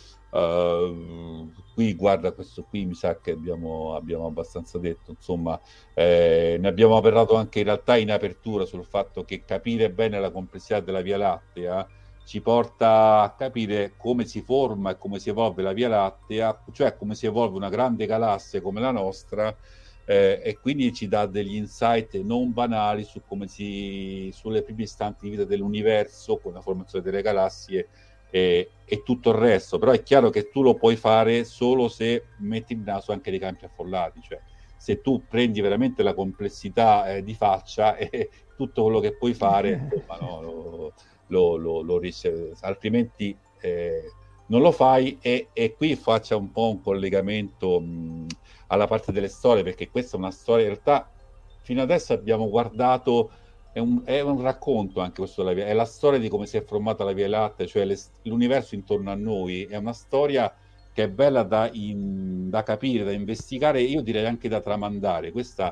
Uh, qui guarda, questo qui mi sa che abbiamo, abbiamo abbastanza detto, insomma, eh, ne abbiamo parlato anche in realtà in apertura sul fatto che capire bene la complessità della Via Lattea ci porta a capire come si forma e come si evolve la Via Lattea, cioè come si evolve una grande galassia come la nostra, eh, e quindi ci dà degli insight non banali su come si, sulle prime istanti di vita dell'universo con la formazione delle galassie e, e tutto il resto. Però è chiaro che tu lo puoi fare solo se metti il naso anche dei campi affollati, cioè se tu prendi veramente la complessità eh, di faccia e tutto quello che puoi fare, insomma, no, lo, lo, lo, lo riesci, altrimenti eh, non lo fai. E, e qui faccia un po' un collegamento mh, alla parte delle storie, perché questa è una storia, in realtà fino adesso abbiamo guardato, è un, è un racconto anche questo della Via, è la storia di come si è formata la Via Lattea, cioè le, l'universo intorno a noi, è una storia che è bella da, in, da capire, da investigare, io direi anche da tramandare. Questa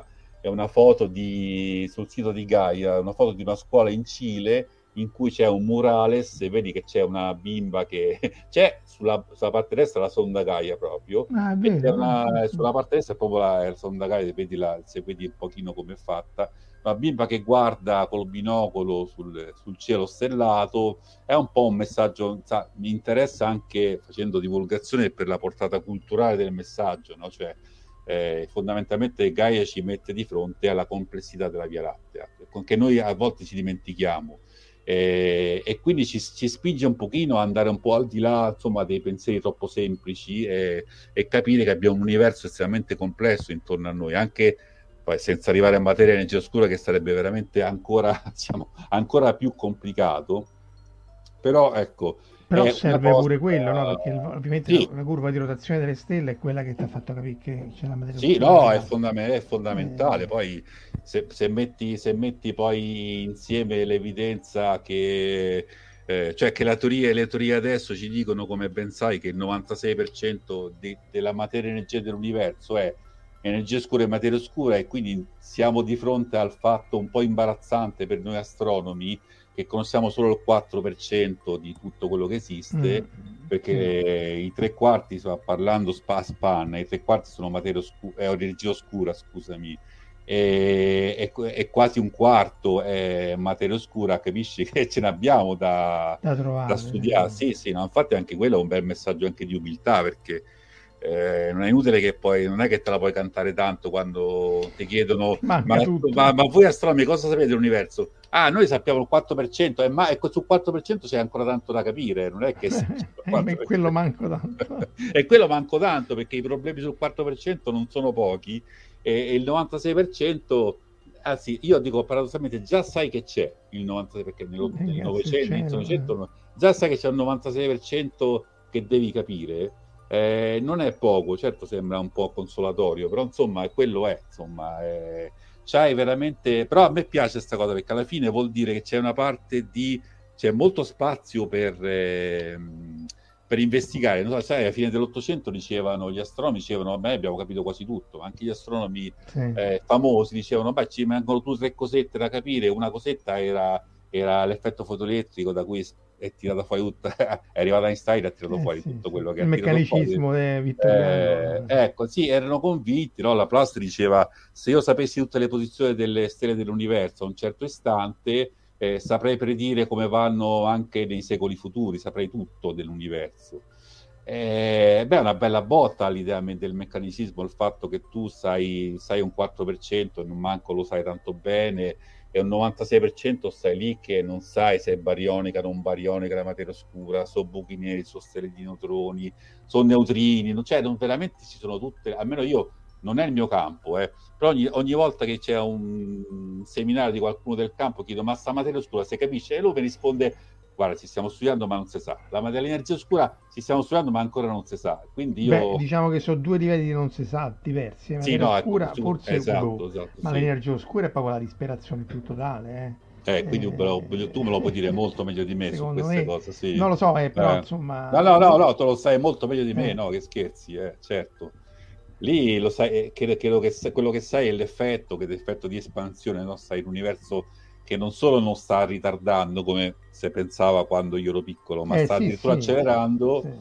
è una foto di, sul sito di Gaia, una foto di una scuola in Cile in cui c'è un murales e vedi che c'è una bimba che c'è sulla, sulla parte destra la sonda Gaia proprio, Ah, è e c'è vero, una, ah, sì. sulla parte destra è proprio la, la sonda Gaia, vedi la, se vedi un pochino come è fatta, una bimba che guarda col binocolo sul, sul cielo stellato. È un po' un messaggio, sa, mi interessa anche facendo divulgazione per la portata culturale del messaggio, no? Cioè eh, fondamentalmente Gaia ci mette di fronte alla complessità della Via Lattea, che noi a volte ci dimentichiamo. Eh, e quindi ci, ci spinge un pochino a andare un po' al di là, insomma, dei pensieri troppo semplici, e, e capire che abbiamo un universo estremamente complesso intorno a noi, anche poi senza arrivare a materia e energia oscura, che sarebbe veramente ancora, diciamo, ancora più complicato. Però ecco, Però è serve una pure cosa, quello, no? Perché il- ovviamente sì, la, la curva di rotazione delle stelle è quella che ti ha fatto capire che c'è la materia sì, oscura nella no, è, galassia. fondame- è fondamentale. Eh, Poi se, se metti, se metti poi insieme l'evidenza che, eh, cioè che la teoria e le teorie adesso ci dicono, come ben sai, che il novantasei per cento di- della materia e energia dell'universo è energia oscura e materia oscura, e quindi siamo di fronte al fatto un po' imbarazzante per noi astronomi che conosciamo solo il quattro per cento di tutto quello che esiste, mm, perché sì. i tre quarti, sto parlando spa, span, i tre quarti sono materia oscura, è energia oscura, scusami, e, e, e quasi un quarto è materia oscura. Capisci che ce ne abbiamo da, Da da trovare. studiare. eh. Sì, sì, no, infatti anche quello è un bel messaggio anche di umiltà, perché eh, non è inutile che poi, non è che te la puoi cantare tanto quando ti chiedono ma, Manca tutto. ma, ma voi astronomi cosa sapete dell'universo? Ah, noi sappiamo il quattro per cento, eh, ma ecco, sul quattro per cento c'è ancora tanto da capire, non è che si dice il Eh, beh, quello quattro per cento. manco tanto. E quello manco tanto, perché i problemi sul quattro per cento non sono pochi, e, e il novantasei per cento, anzi, io dico paradossalmente, già sai che c'è il novantasei per cento, perché nel Eh, grazie al Novecento, inizio cielo. eh. Novecento, già sai che c'è un novantasei per cento che devi capire. Eh, non è poco, certo sembra un po' consolatorio, però insomma quello è, insomma, eh, c'hai veramente, però a me piace questa cosa, perché alla fine vuol dire che c'è una parte di, c'è molto spazio per, eh, per investigare. Non so, sai, alla fine dell'Ottocento dicevano, gli astronomi dicevano, beh, abbiamo capito quasi tutto, anche gli astronomi Sì. eh, famosi dicevano, beh, ci mancano due o tre cosette da capire. Una cosetta era, era l'effetto fotoelettrico, da cui è tirato fuori tutto, è arrivato Einstein e ha tirato Eh, fuori sì, tutto sì. quello che Il ha tirato fuori. meccanicismo eh, Eh, vittoriano. ecco, sì, erano convinti, no? Laplace diceva, se io sapessi tutte le posizioni delle stelle dell'universo a un certo istante, eh, saprei predire come vanno anche nei secoli futuri, saprei tutto dell'universo. Eh, beh, è una bella botta l'idea me- del meccanicismo, il fatto che tu sai, sai un quattro per cento e non manco lo sai tanto bene, e un novantasei per cento stai lì che non sai se è barionica, non barionica la materia oscura, sono buchi neri, sono stelle di neutroni, sono neutrini, non, cioè non, veramente ci sono tutte, almeno io, non è il mio campo, eh, però ogni, ogni volta che c'è un seminario di qualcuno del campo chiedo, ma sta materia oscura si capisce? E lui mi risponde, guarda, ci stiamo studiando ma non si sa, la materia dell'energia oscura ci stiamo studiando ma ancora non si sa, quindi Beh, io... diciamo che sono due livelli di non si sa diversi. La Sì, materia no, ecco, oscura tu- forse esatto, boh, esatto, ma sì. l'energia oscura è proprio la disperazione più totale. Eh. Eh, quindi però, tu me lo puoi dire molto meglio di me su Secondo queste me, cose, sì. non lo so, eh, però Eh. insomma... No, no, no, no, tu lo sai molto meglio di me, Eh. no, che scherzi, eh, certo. Lì lo sai, eh, credo, credo che se- quello che sai è l'effetto, che è l'effetto di espansione, no? Sai, l'universo che non solo non sta ritardando come si pensava quando io ero piccolo, ma Eh, sta sì, addirittura sì, accelerando. sì.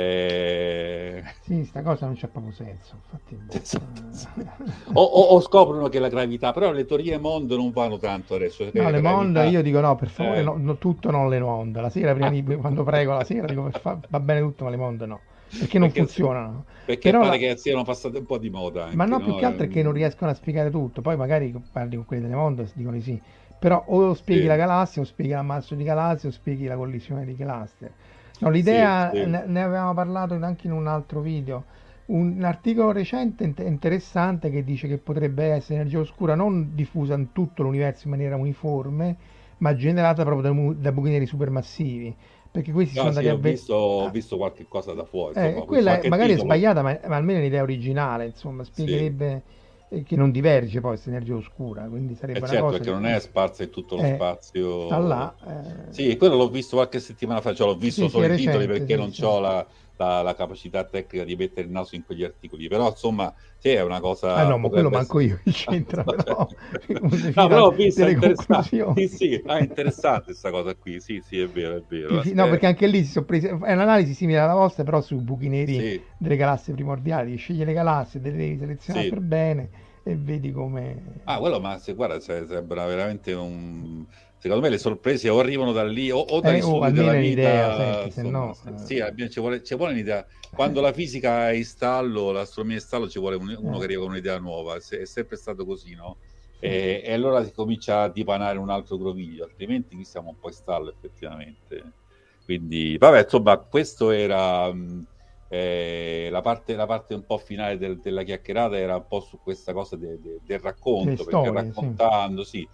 eh, Sì, sta cosa non c'è proprio senso, infatti. boh. Esatto. O, o- o scoprono che la gravità, però le teorie mondo non vanno tanto adesso. che No, la le monde, gravità- io dico no, per favore, eh. no, no, tutto non le monde. La sera, prima Ah. di, quando prego la sera, dico per fa- va bene tutto, ma le monde no, perché non Perché- funzionano. Perché Però pare la- che siano passate un po' di moda anche, Ma no, più che altro è che non Ehm, riescono a spiegare tutto. Poi magari parli con quelli delle monde e dicono di sì. Però o spieghi Sì. la galassia, o spieghi l'ammasso di galassie, o spieghi la collisione di cluster. No, l'idea, Sì, sì. ne, ne avevamo parlato anche in un altro video. Un articolo recente int- interessante che dice che potrebbe essere energia oscura non diffusa in tutto l'universo in maniera uniforme, ma generata proprio da, mu- da buchi neri supermassivi. Perché questi No, sono sì, andati a ho ve- visto, ho ah, visto qualche cosa da fuori, eh, insomma, ho visto quella è- qualche magari è titolo. sbagliata, ma, ma almeno è un'idea originale, insomma, spiegherebbe eh, che non diverge poi questa energia oscura, quindi sarebbe Eh, una certo, cosa perché che non è sparsa in tutto lo eh, spazio. sta là. eh. Sì, quello l'ho visto qualche settimana fa, cioè l'ho visto Sì, sì, solo è i titoli recente, perché sì, non sì. c'ho la, la, la capacità tecnica di mettere il naso in quegli articoli, però insomma sì, è una cosa... Ah no, ma quello manco essere... io c'entra, però... no, però ho visto, è interessante. Conclusioni. Sì, sì, ah, è interessante questa cosa qui, sì, sì, è vero, è vero. Sì, sì, no, perché anche lì si sono presi... È un'analisi simile alla vostra, però su buchi neri sì. delle galassie primordiali, scegli le galassie, le devi selezionare Sì. per bene e vedi come... Ah, quello, ma se guarda, se- sembra veramente un... Secondo me le sorprese o arrivano da lì o, o dagli Eh, oh, studi almeno della un'idea, vita, senti, se insomma, no... se- eh. sì, abbiamo- ci vuole, ci vuole un'idea. Quando la fisica è in stallo, l'astronomia è in stallo, ci vuole un- uno Eh. che arriva con un'idea nuova, Se- è sempre stato così, no? Sì. E, e allora si comincia a dipanare un altro groviglio, altrimenti qui siamo un po' in stallo effettivamente. Quindi, vabbè, insomma, questo era... mh, eh, la parte, la parte un po' finale del- della chiacchierata era un po' su questa cosa de- de- del racconto, Le perché storie, sì. raccontando, sì,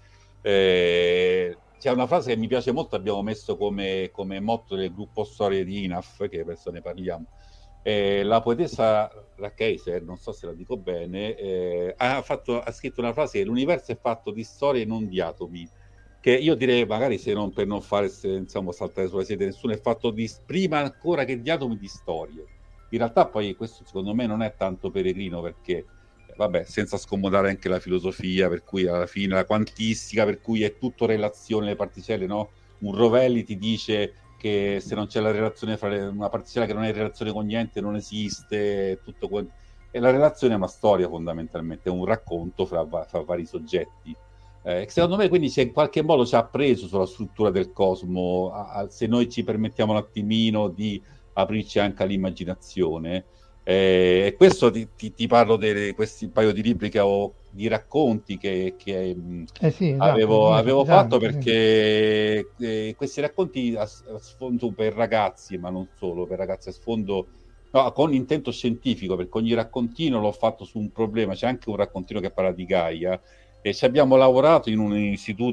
eh, c'è una frase che mi piace molto, abbiamo messo come, come motto del gruppo Storie di I N A F, che adesso ne parliamo. Eh, la poetessa Rackheiser, non so se la dico bene, eh, ha, fatto, ha scritto una frase che l'universo è fatto di storie e non di atomi, che io direi magari se non per non fare se, insomma, saltare sulla sede nessuno, è fatto di, prima ancora che di atomi, di storie. In realtà poi questo secondo me non è tanto peregrino, perché vabbè, senza scomodare anche la filosofia, per cui alla fine la quantistica, per cui è tutto relazione, le particelle, no? Un Rovelli ti dice che se non c'è la relazione fra le, una particella che non è in relazione con niente non esiste, tutto que- e la relazione è una storia fondamentalmente, è un racconto fra, fra vari soggetti. Eh, secondo me quindi c'è, in qualche modo ci ha preso sulla struttura del cosmo, a, a, se noi ci permettiamo un attimino di aprirci anche all'immaginazione. Eh, e questo ti, ti, ti parlo di questi paio di libri che ho, di racconti che, che mh, Eh sì, esatto, avevo, noi avevo facciamo, fatto, sì. perché eh, questi racconti a, a sfondo per ragazzi, ma non solo, per ragazzi a sfondo, no, con intento scientifico, perché ogni raccontino l'ho fatto su un problema. C'è anche un raccontino che parla di Gaia, e ci abbiamo lavorato in un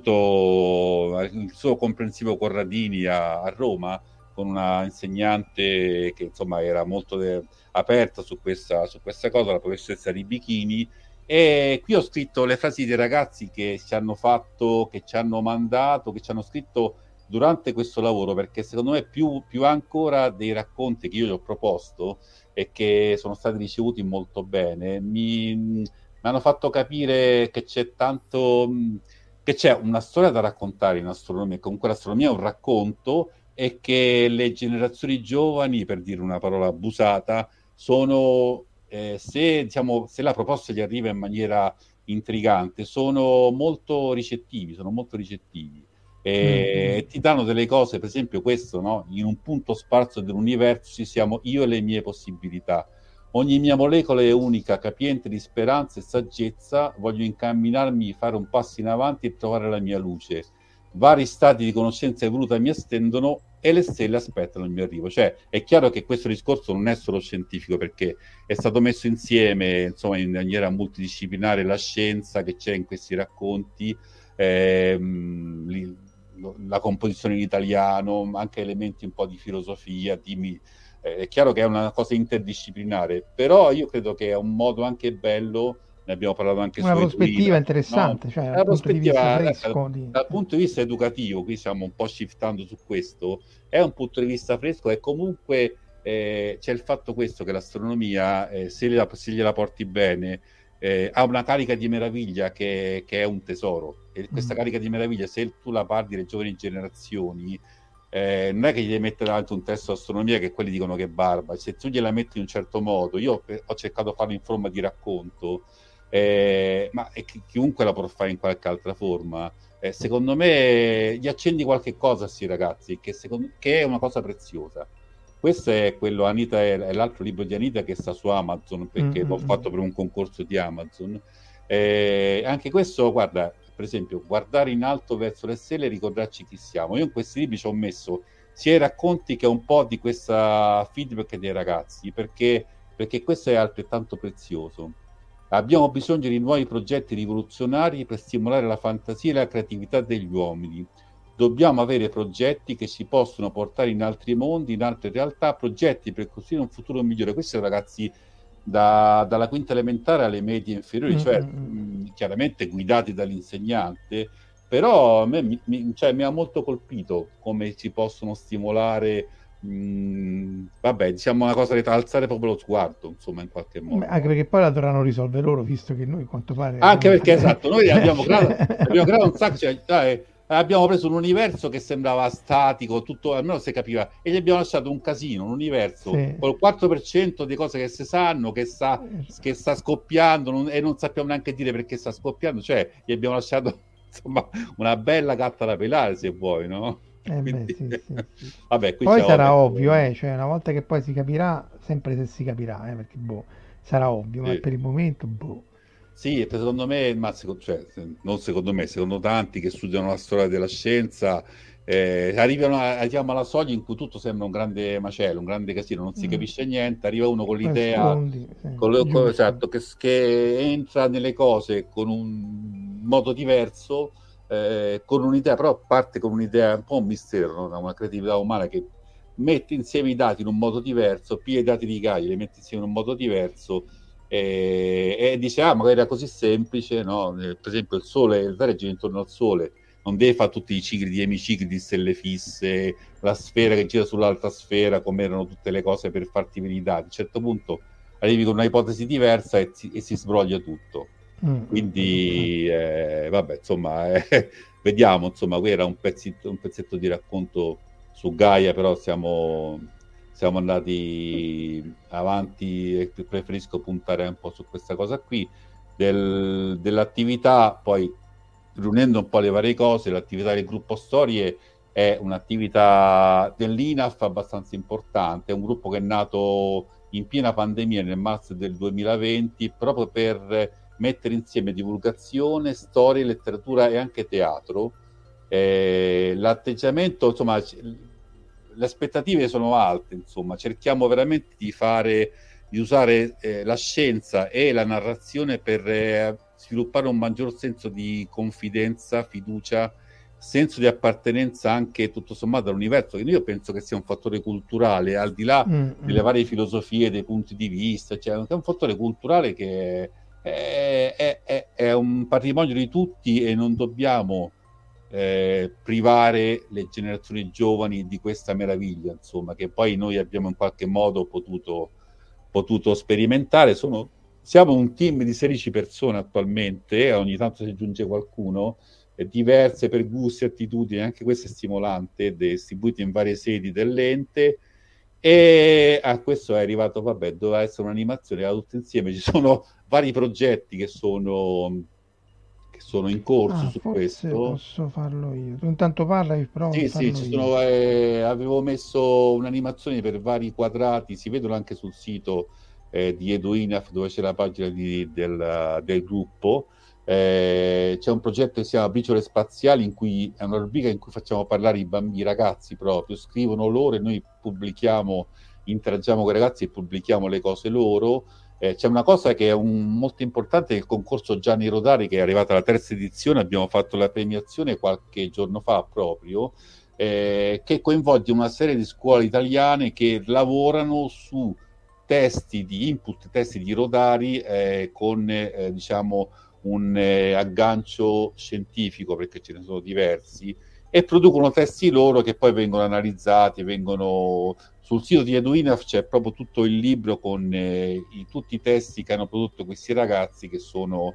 istituto, il suo comprensivo Corradini a, a Roma, con una insegnante che insomma era molto de- aperta su questa, su questa cosa, la professoressa Ribichini. E qui ho scritto le frasi dei ragazzi che ci hanno fatto, che ci hanno mandato, che ci hanno scritto durante questo lavoro, perché secondo me più, più ancora dei racconti che io gli ho proposto e che sono stati ricevuti molto bene, mi, mi hanno fatto capire che c'è tanto, che c'è una storia da raccontare in astronomia, comunque l'astronomia è un racconto, e che le generazioni giovani, per dire una parola abusata, sono, eh, se, diciamo, se la proposta gli arriva in maniera intrigante, sono molto ricettivi, sono molto ricettivi. E, e ti danno delle cose, per esempio questo, no? In un punto sparso dell'universo ci siamo io e le mie possibilità. Ogni mia molecola è unica, capiente di speranza e saggezza. Voglio incamminarmi, fare un passo in avanti e trovare la mia luce. Vari stati di conoscenza evoluta mi estendono e le stelle aspettano il mio arrivo. Cioè, è chiaro che questo discorso non è solo scientifico, perché è stato messo insieme, insomma, in maniera multidisciplinare la scienza che c'è in questi racconti, ehm, li, la composizione in italiano, anche elementi un po' di filosofia, dimmi. Eh, è chiaro che è una cosa interdisciplinare, però io credo che è un modo anche bello, ne abbiamo parlato anche una su prospettiva Edwina, interessante, no? cioè Una dal punto di vista prospettiva fresco dal, di... dal punto di vista educativo, qui stiamo un po' shiftando su questo, è un punto di vista fresco, e comunque eh, c'è il fatto questo che l'astronomia, eh, se, la, se gliela porti bene, eh, ha una carica di meraviglia che, che è un tesoro, e questa mm. carica di meraviglia, se tu la parli alle giovani generazioni, eh, non è che gli devi mettere davanti un testo di astronomia che quelli dicono che è barba, se tu gliela metti in un certo modo, io ho cercato di farlo in forma di racconto, eh, ma è chi, chiunque la può fare in qualche altra forma, eh, secondo me gli accendi qualche cosa a questi ragazzi, che, secondo, che è una cosa preziosa. Questo è quello, Anita, è, è l'altro libro di Anita che sta su Amazon, perché mm-hmm. l'ho fatto per un concorso di Amazon. Eh, anche questo, guarda, per esempio, guardare in alto verso le stelle e ricordarci chi siamo. Io in questi libri ci ho messo sia i racconti che un po' di questa feedback dei ragazzi, perché, perché questo è altrettanto prezioso. Abbiamo bisogno di nuovi progetti rivoluzionari per stimolare la fantasia e la creatività degli uomini. Dobbiamo avere progetti che ci possono portare in altri mondi, in altre realtà, progetti per costruire un futuro migliore. Questi sono ragazzi da, dalla quinta elementare alle medie inferiori, mm-hmm. cioè mh, chiaramente guidati dall'insegnante, però a me mi, mi, cioè, mi ha molto colpito come ci possono stimolare mh, vabbè, diciamo una cosa da alzare proprio lo sguardo, insomma, in qualche modo. Anche perché poi la dovranno risolvere loro, visto che noi, a quanto pare... Anche abbiamo... perché, esatto, noi abbiamo creato, abbiamo creato un sacco, cioè, dai, abbiamo preso un universo che sembrava statico, tutto, almeno si capiva, e gli abbiamo lasciato un casino, un universo Sì. con il quattro per cento di cose che si sanno, che sta, che sta scoppiando non, e non sappiamo neanche dire perché sta scoppiando, cioè gli abbiamo lasciato insomma una bella gatta da pelare, se vuoi, no? Eh Quindi, beh, sì, sì, sì. Vabbè, qui Poi c'è sarà ovvio, ovvio, eh, cioè una volta che poi si capirà, sempre se si capirà, eh, perché boh, sarà ovvio, ma sì. per il momento, boh. Sì, secondo me, ma secondo, cioè, non secondo me, secondo tanti che studiano la storia della scienza, eh, arrivano a, arriviamo alla soglia in cui tutto sembra un grande macello, un grande casino, non si Mm. capisce niente, arriva uno con Poi l'idea, sfondi, sì, con le- con- giusto. esatto, che, che entra nelle cose con un modo diverso, eh, con un'idea, però parte con un'idea un po' un mistero, no? Da una creatività umana che mette insieme i dati in un modo diverso, piglia i dati di Gaia, li mette insieme in un modo diverso e, e dice, ah, magari era così semplice, no? Eh, per esempio il Sole, il Terra gira intorno al Sole, non deve fare tutti i cicli di emicicli di stelle fisse, la sfera che gira sull'altra sfera, come erano tutte le cose per farti venire i dati. A un certo punto arrivi con una ipotesi diversa e, si, e si sbroglia tutto. Mm. Quindi, eh, vabbè, insomma, eh, vediamo, insomma, qui era un pezzetto, un pezzetto di racconto su Gaia, però siamo, siamo andati avanti e preferisco puntare un po' su questa cosa qui, del, dell'attività, poi riunendo un po' le varie cose, l'attività del gruppo Storie è un'attività dell'I N A F abbastanza importante, è un gruppo che è nato in piena pandemia nel marzo del duemilaventi proprio per mettere insieme divulgazione, storia, letteratura e anche teatro. Eh, l'atteggiamento, insomma, le aspettative sono alte, insomma, cerchiamo veramente di fare, di usare eh, la scienza e la narrazione per eh, sviluppare un maggior senso di confidenza, fiducia, senso di appartenenza anche tutto sommato all'universo, che io penso che sia un fattore culturale, al di là Mm, delle mm. varie filosofie, dei punti di vista, cioè è un fattore culturale che è, è, è, è un patrimonio di tutti e non dobbiamo eh, privare le generazioni giovani di questa meraviglia, insomma, che poi noi abbiamo in qualche modo potuto, potuto sperimentare. Sono, siamo un team di sedici persone attualmente, eh, ogni tanto si aggiunge qualcuno, eh, diverse per gusti e attitudini, anche questo è stimolante, distribuite in varie sedi dell'ente. E a questo è arrivato, vabbè, doveva essere un'animazione, era tutto insieme, ci sono vari progetti che sono, che sono in corso Ah, su forse questo. posso farlo io. Tu intanto parla e provo Sì, a sì, farlo ci io. sono, eh, avevo messo un'animazione per vari quadrati, si vedono anche sul sito eh, di EduINAF dove c'è la pagina di, del, del gruppo. Eh, c'è un progetto che si chiama Briciole Spaziali, in cui è una rubrica in cui facciamo parlare i bambini, i ragazzi proprio, scrivono loro e noi pubblichiamo, interagiamo con i ragazzi e pubblichiamo le cose loro. Eh, c'è una cosa che è un, molto importante, il concorso Gianni Rodari, che è arrivata alla terza edizione, abbiamo fatto la premiazione qualche giorno fa proprio, eh, che coinvolge una serie di scuole italiane che lavorano su testi di input, testi di Rodari eh, con eh, diciamo un eh, aggancio scientifico, perché ce ne sono diversi, e producono testi loro che poi vengono analizzati, vengono sul sito di EduINAF c'è proprio tutto il libro con eh, i, tutti i testi che hanno prodotto questi ragazzi, che sono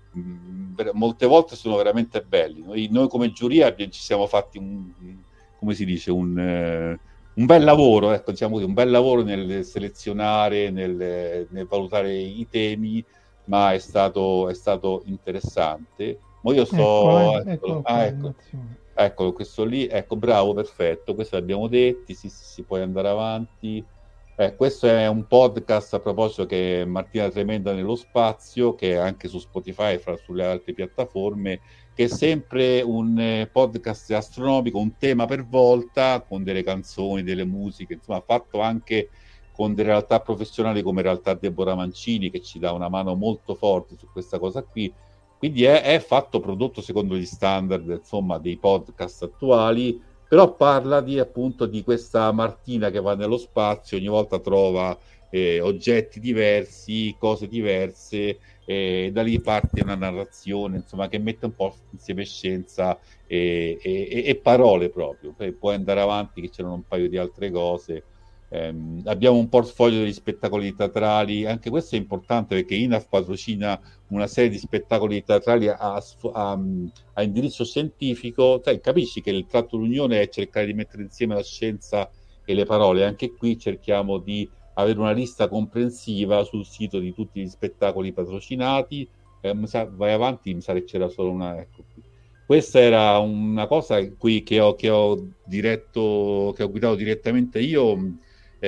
mh, molte volte sono veramente belli. Noi, noi come giuria abbiamo, ci siamo fatti un, come si dice, un, eh, un bel lavoro, ecco, diciamo così, un bel lavoro nel selezionare, nel, nel valutare i temi, ma è stato, è stato interessante. Ma io sto... Eccola, Eccolo, eccolo qua, ah, ecco. l'animazione. Eccolo, questo lì, ecco, bravo, perfetto, questo l'abbiamo detti, sì, sì, si può andare avanti. Eh, questo è un podcast a proposito che è Martina Tremenda nello spazio, che è anche su Spotify, fra sulle altre piattaforme, che è sempre un eh, podcast astronomico, un tema per volta, con delle canzoni, delle musiche, insomma, fatto anche con delle realtà professionali come in realtà Deborah Mancini, che ci dà una mano molto forte su questa cosa qui. Quindi è, è fatto, prodotto secondo gli standard, insomma, dei podcast attuali, però parla di, appunto, di questa Martina che va nello spazio, ogni volta trova eh, oggetti diversi, cose diverse, e da lì parte una narrazione, insomma, che mette un po' insieme scienza e, e, e parole proprio. Poi puoi andare avanti, che c'erano un paio di altre cose. Um, abbiamo un portfolio degli spettacoli teatrali, anche questo è importante perché I N A F patrocina una serie di spettacoli teatrali a, a, a indirizzo scientifico. Sai, capisci che il tratto d'unione è cercare di mettere insieme la scienza e le parole. Anche qui cerchiamo di avere una lista comprensiva sul sito di tutti gli spettacoli patrocinati. Eh, vai avanti, mi sa che c'era solo una, ecco qui. Questa era una cosa qui che ho, che ho diretto, che ho guidato direttamente io.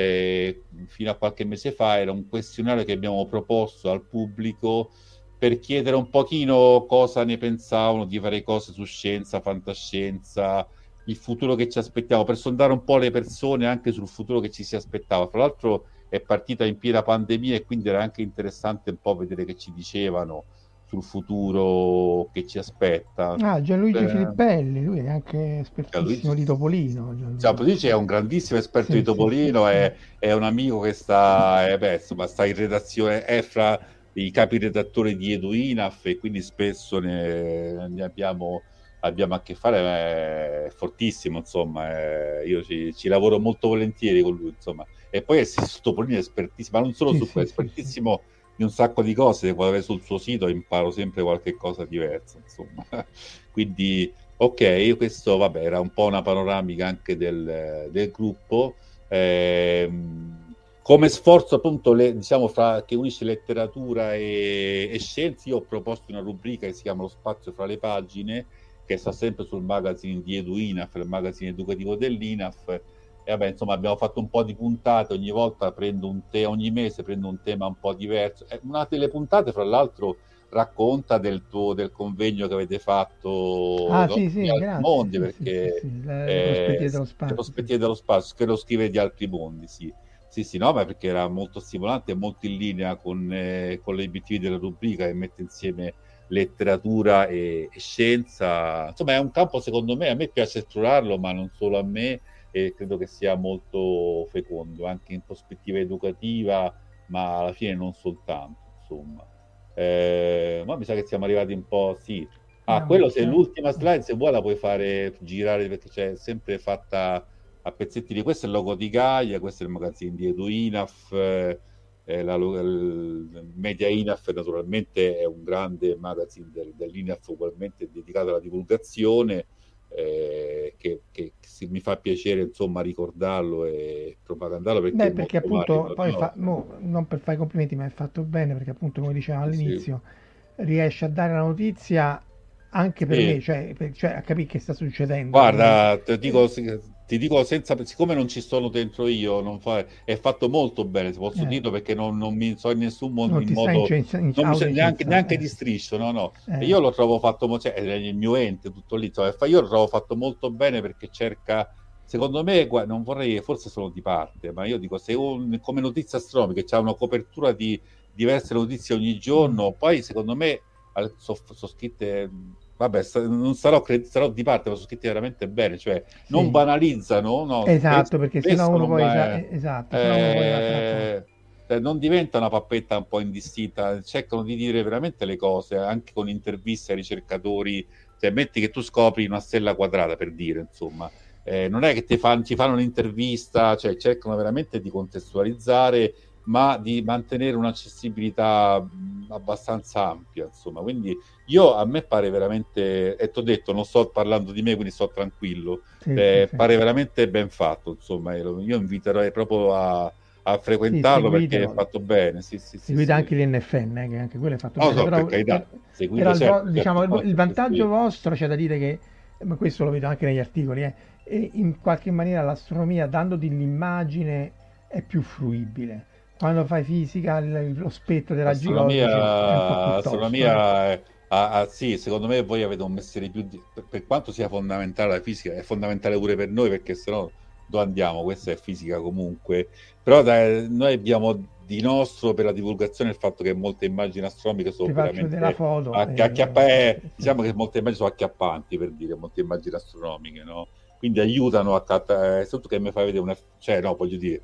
Eh, fino a qualche mese fa era un questionario che abbiamo proposto al pubblico per chiedere un pochino cosa ne pensavano di fare cose su scienza, fantascienza, il futuro che ci aspettiamo, per sondare un po' le persone anche sul futuro che ci si aspettava. Fra l'altro è partita in piena pandemia e quindi era anche interessante un po' vedere che ci dicevano sul futuro che ci aspetta. Ah, Gianluigi eh, Filippelli, lui è anche espertissimo Gianluigi, di Topolino. Gianluigi è un grandissimo esperto sì, di Topolino, sì, è, sì. è un amico che sta, eh, beh, insomma, sta in redazione, è fra i capi redattori di Edu I N A F e quindi spesso ne, ne abbiamo, abbiamo a che fare, è fortissimo, insomma, eh, io ci, ci lavoro molto volentieri con lui, insomma. E poi è Topolino è espertissimo, ma non solo sì, su sì, questo, è espertissimo sì, di un sacco di cose, quando vai sul suo sito imparo sempre qualche cosa diversa, insomma. Quindi, ok, questo vabbè era un po' una panoramica anche del, del gruppo. Eh, come sforzo appunto le, diciamo fra, che unisce letteratura e, e scienze, io ho proposto una rubrica che si chiama Lo spazio fra le pagine, che sta sempre sul magazine di Edu I N A F, il magazine educativo dell'I N A F. E vabbè, insomma, abbiamo fatto un po' di puntate, ogni volta prendo un te- ogni mese prendo un tema un po' diverso. Una delle puntate, fra l'altro, racconta del tuo del convegno che avete fatto ah, no? sì, sì, di Altri grazie, Mondi, sì, perché sì, sì, le eh, prospettive dello spazio, prospettive dello spazio, che lo scrive di Altri Mondi, sì. Sì, sì, no, ma perché era molto stimolante e molto in linea con, eh, con gli obiettivi della rubrica che mette insieme letteratura e, e scienza. Insomma, è un campo, secondo me, a me piace esplorarlo, ma non solo a me, e credo che sia molto fecondo anche in prospettiva educativa, ma alla fine non soltanto, insomma. Eh, ma mi sa che siamo arrivati un po', sì. Ah, no, quello se l'ultima slide, se vuoi la puoi fare girare, perché c'è sempre fatta a pezzetti di questo è il logo di Gaia, questo è il magazine di Edu I N A F, eh, la, il Media I N A F naturalmente è un grande magazine del, dell'I N A F, ugualmente dedicato alla divulgazione, eh, che, che, che mi fa piacere insomma ricordarlo e propagandarlo, perché, Beh, perché appunto valido, poi no? fa, mo, non per fare i complimenti, ma è fatto bene, perché appunto come dicevamo all'inizio sì, riesce a dare la notizia anche per sì, me, cioè, per, cioè a capire che sta succedendo. Guarda, ti dico, ti dico senza, siccome non ci sono dentro io, non fa, è fatto molto bene, se posso eh. dirlo, perché non, non mi so in nessun modo, non in ti modo sta in, in, non mi, neanche, neanche eh. di striscio, no, no. Eh. Io lo trovo fatto, cioè, è il mio ente, tutto lì, cioè, io lo trovo fatto molto bene perché cerca, secondo me, guarda, non vorrei, forse sono di parte, ma io dico, se un, come notizia astronomica c'è una copertura di diverse notizie ogni giorno, mm. poi secondo me sono so scritte... Vabbè, non sarò, sarò di parte, ma sono scritti veramente bene, cioè sì, non banalizzano, no? Esatto, perché sennò uno poi è, esatto, eh, uno poi eh, non diventa una pappetta un po' indistinta, cercano di dire veramente le cose, anche con interviste ai ricercatori, cioè metti che tu scopri una stella quadrata, per dire, insomma, eh, non è che ti, fan, ti fanno un'intervista, cioè cercano veramente di contestualizzare, ma di mantenere un'accessibilità abbastanza ampia, insomma. Quindi io, a me pare veramente, e t'ho detto, non sto parlando di me, quindi sto tranquillo, sì, eh, sì, pare sì. veramente ben fatto, insomma. Io inviterei proprio a, a frequentarlo, sì, perché è fatto bene. Sì, sì, seguite sì, anche sì. l'N F N, eh, che anche quello è fatto no, bene. So, però, per carità, per, però certo, il, diciamo, certo, il, il vantaggio sì. vostro, c'è da dire che, ma questo lo vedo anche negli articoli, eh, e in qualche maniera l'astronomia, dandoti l'immagine, è più fruibile. Quando fai fisica, lo spettro della L'astronomia, l'astronomia eh. ah, ah, sì, secondo me voi avete un mestiere più di, per, per quanto sia fondamentale la fisica, è fondamentale pure per noi, perché sennò dove andiamo? Questa è fisica comunque, però dai, noi abbiamo di nostro per la divulgazione il fatto che molte immagini astronomiche sono veramente foto, acchi- eh, acchiappa- eh, sì, diciamo sì. che molte immagini sono acchiappanti, per dire, molte immagini astronomiche, no? Quindi aiutano a, a, soprattutto che mi fai vedere una, cioè no, voglio dire,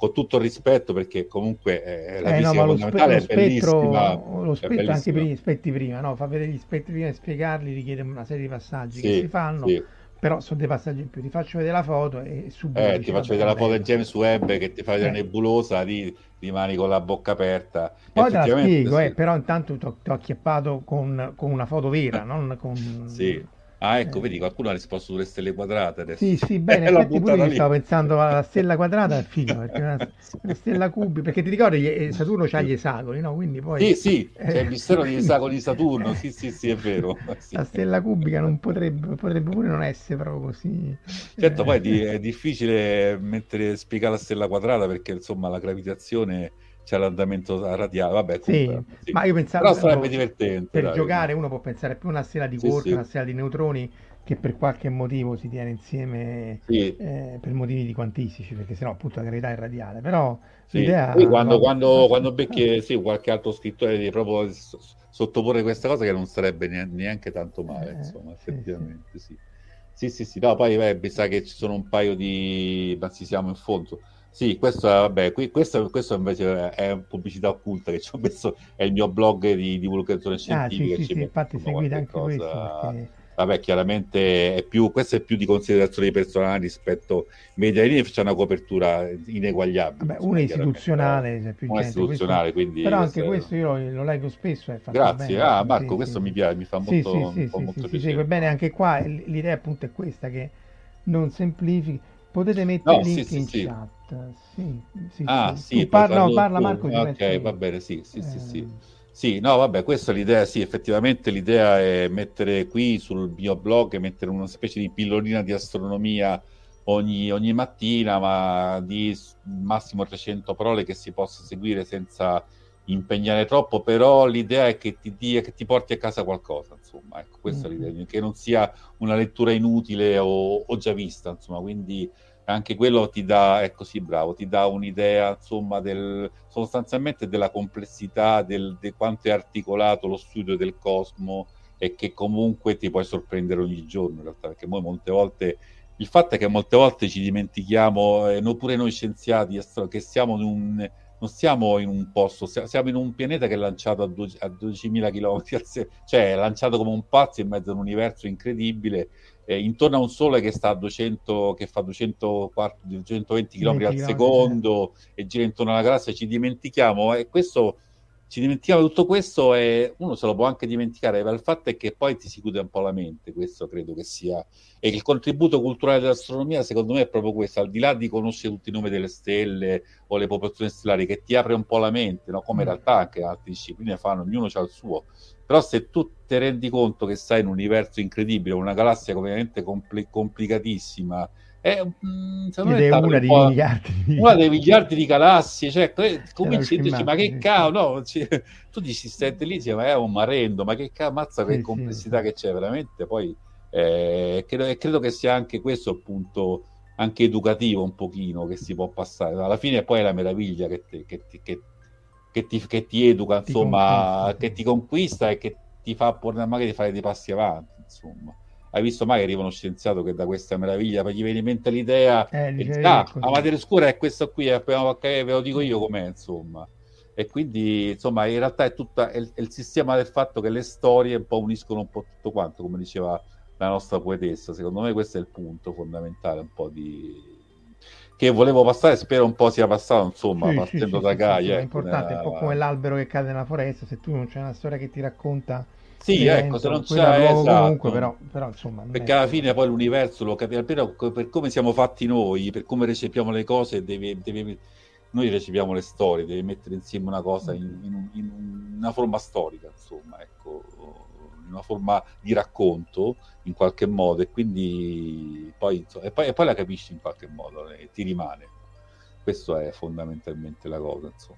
con tutto il rispetto, perché comunque eh, la Eh no, fisica ma lo, spe- fondamentale lo è bellissima, spettro, lo è spettro anche per bellissima. gli aspetti prima, no? Fa vedere gli aspetti prima e spiegarli richiede una serie di passaggi che si Sì, fanno, sì. però sono dei passaggi in più. Ti faccio vedere la foto e subito Eh, ti dici, faccio vabbè, è vedere la foto del bello. James Webb che ti fa vedere Eh, nebulosa, lì rimani con la bocca aperta. Poi te la Effettivamente spiego, eh, sì. però intanto ti ho, ti ho acchiappato con, con una foto vera, non Sì. con... Ah, ecco, eh, vedi, qualcuno ha risposto sulle stelle quadrate Sì, adesso. sì, beh, in L'ha effetti pure buttata io lì. stavo pensando alla stella quadrata è figo, perché una, una stella cubica, perché ti ricordi, gli- eh, Saturno c'ha gli esagoni, no? Quindi poi Sì, sì, c'è il eh, mistero degli quindi, esagoni di Saturno, eh, sì, sì, sì, è vero. Sì. la stella cubica non potrebbe, potrebbe pure non essere proprio così. Certo, poi è, di- eh. è difficile mettere, spiegare la stella quadrata perché insomma la gravitazione c'è l'andamento radiale. Vabbè, comunque, Sì, vabbè, sì. ma io Però pensavo, sarebbe boh, divertente, per dai. giocare uno può pensare più a una stella di Sì, quark, una sì, stella di neutroni che per qualche motivo si tiene insieme sì, eh, per motivi di quantistici, perché sennò appunto la gravità è radiale, però sì. Poi l'idea quando, l'ho quando, l'ho quando accettata. becchi sì, qualche altro scrittore di proprio s- sottoporre questa cosa che non sarebbe ne- neanche tanto male, Eh, insomma, sì, sì. effettivamente, sì. Sì, sì, sì, no, poi beh, mi sa che ci sono un paio di... ma ci siamo in fondo. Sì, questo, è- vabbè, qui, questo, questo invece è pubblicità occulta che ci ho messo, è il mio blog di divulgazione Ah, sì, scientifica, sì, ci sì, metto infatti insomma seguite qualche anche questo cosa. perché Vabbè, chiaramente è più, questo è più di considerazioni personali rispetto Media Linea, c'è una copertura ineguagliabile, vabbè, uno è insomma, chiaramente istituzionale, c'è più non è gente, questo, istituzionale, quindi però anche questo è... questo io lo, lo leggo spesso, è fatto Grazie. bene, Ah, insomma, Marco, sì, sì, questo mi sì. piace, mi fa Sì, sì, molto, mi sì, fa sì, sì, molto si piacere. segue bene anche qua, l- l'idea appunto è questa, che non semplifichi, potete mettere No, i sì, link sì, in sì. chat, sì, sì, Ah, sì, sì, tu poi parla, no, parlo parla tu. Marco, ci penso Ok, va io. bene, sì, sì, sì, sì. Eh, Sì, no, vabbè, questa è l'idea, sì, effettivamente l'idea è mettere qui sul mio blog, mettere una specie di pillolina di astronomia ogni, ogni mattina, ma di s- massimo trecento parole che si possa seguire senza impegnare troppo, però l'idea è che ti dia, che ti porti a casa qualcosa, insomma, ecco, questa è mm, l'idea, che non sia una lettura inutile o, o già vista, insomma, quindi anche quello ti dà, ecco sì, bravo, ti dà un'idea, insomma, del, sostanzialmente della complessità, del, di quanto è articolato lo studio del cosmo e che comunque ti puoi sorprendere ogni giorno, in realtà, perché noi molte volte, il fatto è che molte volte ci dimentichiamo, eh, noi pure noi scienziati, astro- che siamo in un, non siamo in un posto, sia- siamo in un pianeta che è lanciato a, due- a dodicimila chilometri, cioè è lanciato come un pazzo in mezzo a un universo incredibile, eh, intorno a un sole che sta a duecento, che fa duecento, duecentoventi km venti al chilometri, sì. secondo e gira intorno alla galassia, ci dimentichiamo e questo ci dimentichiamo di tutto questo e uno se lo può anche dimenticare, ma il fatto è che poi ti si chiude un po' la mente, questo credo che sia, e il contributo culturale dell'astronomia secondo me è proprio questo, al di là di conoscere tutti i nomi delle stelle o le popolazioni stellari, che ti apre un po' la mente, no? Come in Mm. realtà anche altre discipline fanno, ognuno ha il suo, però se tu ti rendi conto che stai in un universo incredibile, una galassia ovviamente compl- complicatissima, è, mm, secondo Ed me è t'apre una un di po' miliardi una dei di... miliardi di galassie, cioè, te- C'era il cominci e dici, ma filmato, che sì, sì. cavolo, no, ci- tu dici, stai lì, dici, ma è un marendo, ma che cavolo, mazza che Sì, sì, lo complessità so. che c'è, veramente, poi eh, credo, e credo che sia anche questo appunto, anche educativo un pochino, che si può passare, alla fine poi è la meraviglia che, te- che ti, che- che ti, che ti educa, Ti conquista, insomma, sì. che ti conquista e che ti fa portare magari fare dei passi avanti, insomma. Hai visto mai che arriva uno scienziato che da questa meraviglia poi gli viene in mente l'idea Eh, e dice, dice, vedi che è ah, la così. materia oscura è questa qui, eh, ok, ve lo dico io Eh, com'è, insomma. E quindi, insomma, in realtà è tutta è, è il sistema del fatto che le storie un po' uniscono un po' tutto quanto, come diceva la nostra poetessa. Secondo me questo è il punto fondamentale, un po' di che volevo passare, spero un po' sia passato, insomma, Sì, sì, partendo sì, da sì, sì, Gaia, insomma, è ecco, importante, è un po' come nella... l'albero che cade nella foresta, se tu non c'è una storia che ti racconta Sì, ecco, se l'evento, non quello ha c'è, luogo comunque, esatto, però, però insomma, non è perché alla che... fine poi l'universo lo capiamo, però co- per come siamo fatti noi, per come recepiamo le cose, devi, devi- noi recepiamo le storie, devi mettere insieme una cosa in, in un- in un- una forma storica, insomma, ecco, in una forma di racconto in qualche modo, e quindi poi, insomma, e poi, e poi la capisci in qualche modo e ti rimane. Questo è fondamentalmente la cosa, insomma.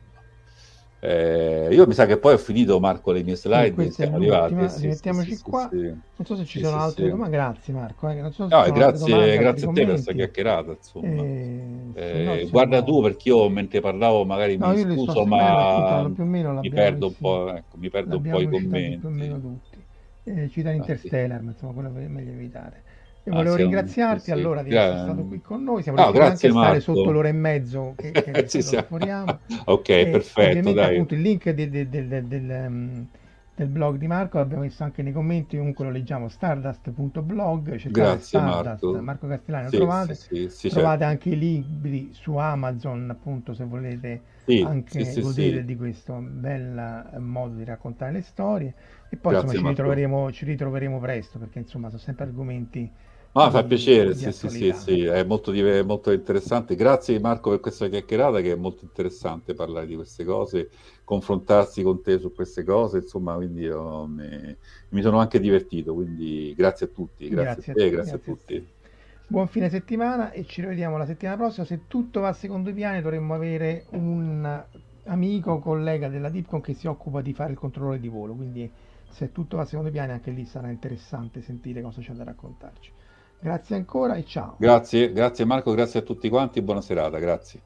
Eh, io mi sa che poi ho finito, Marco, le mie Sì, slide, questa è siamo arrivati. l'ultima, Sì, sì, sì, rimettiamoci sì, qua. sì. Non so se ci Sì, sono sì, altre sì. domande, grazie Marco, eh, non so se ci No, e sono altre grazie, domande, altri grazie a te per questa commenti. chiacchierata, insomma. E se no Eh, guarda tu, siamo... perché io mentre parlavo magari No, mi io li sto scuso, seguendo, appunto, ma più o meno mi l'abbiamo perdo un messi, po', ecco, mi perdo un po' i l'abbiamo citati più o meno commenti. tutti. Eh, citare Ah, sì. Interstellar, ma insomma, quello è meglio evitare. E volevo Ah, siamo- ringraziarti sì, sì. allora di Gra- essere stato qui con noi. Siamo No, riusciti grazie anche a stare Marco. sotto l'ora e mezzo che, che adesso Ci siamo. lavoriamo. Ok, E perfetto, ovviamente dai. appunto il link de- de- del, del- del, ehm, del blog di Marco l'abbiamo messo anche nei commenti, comunque lo leggiamo, stardust punto blog, cercate Grazie Stardust, Marco. Marco Castellani, lo Sì, trovate. sì, sì, sì, Trovate certo. anche i libri su Amazon, appunto, se volete Sì, anche sì, sì, godere sì. di questo bel eh, modo di raccontare le storie. E poi insomma Grazie ci Marco. ritroveremo, ci ritroveremo presto, perché insomma sono sempre argomenti Ma fa di, piacere, di sì, sì, sì, attualità. sì, è molto, div- molto interessante. Grazie Marco per questa chiacchierata, che è molto interessante parlare di queste cose, confrontarsi con te su queste cose, insomma, quindi io mi, mi sono anche divertito, quindi grazie a tutti, grazie, Grazie a a te, te, grazie a grazie a te. tutti. Buon fine settimana e ci rivediamo la settimana prossima. Se tutto va secondo i piani, dovremmo avere un amico, collega della Dipcon che si occupa di fare il controllore di volo. Quindi, se tutto va secondo i piani, anche lì sarà interessante sentire cosa c'è da raccontarci. Grazie ancora e ciao. Grazie, grazie Marco, grazie a tutti quanti, buona serata, grazie.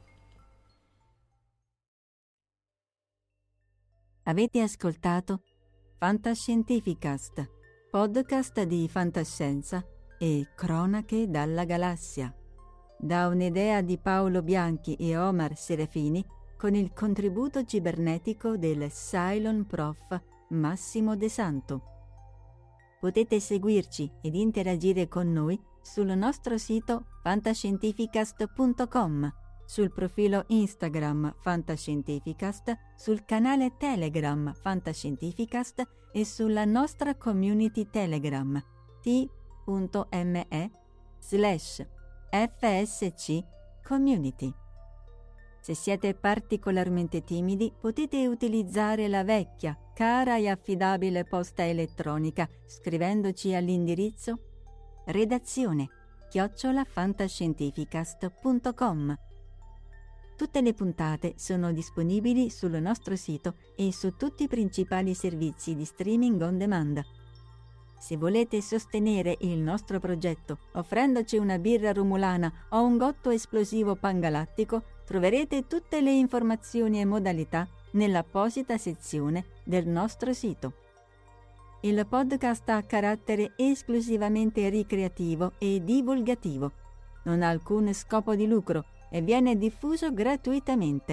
Avete ascoltato Fantascientificast, podcast di fantascienza e cronache dalla galassia, da un'idea di Paolo Bianchi e Omar Serafini, con il contributo cibernetico del Cylon Prof Massimo De Santo. Potete seguirci ed interagire con noi sul nostro sito fantascientificast punto com, sul profilo Instagram Fantascientificast, sul canale Telegram Fantascientificast e sulla nostra community Telegram t.me slash fsc community. Se siete particolarmente timidi, potete utilizzare la vecchia, cara e affidabile posta elettronica scrivendoci all'indirizzo redazione chiocciola fantascientificast punto com. Tutte le puntate sono disponibili sul nostro sito e su tutti i principali servizi di streaming on demand. Se volete sostenere il nostro progetto offrendoci una birra romulana o un gotto esplosivo pangalattico, troverete tutte le informazioni e modalità nell'apposita sezione del nostro sito. Il podcast ha carattere esclusivamente ricreativo e divulgativo. Non ha alcun scopo di lucro e viene diffuso gratuitamente.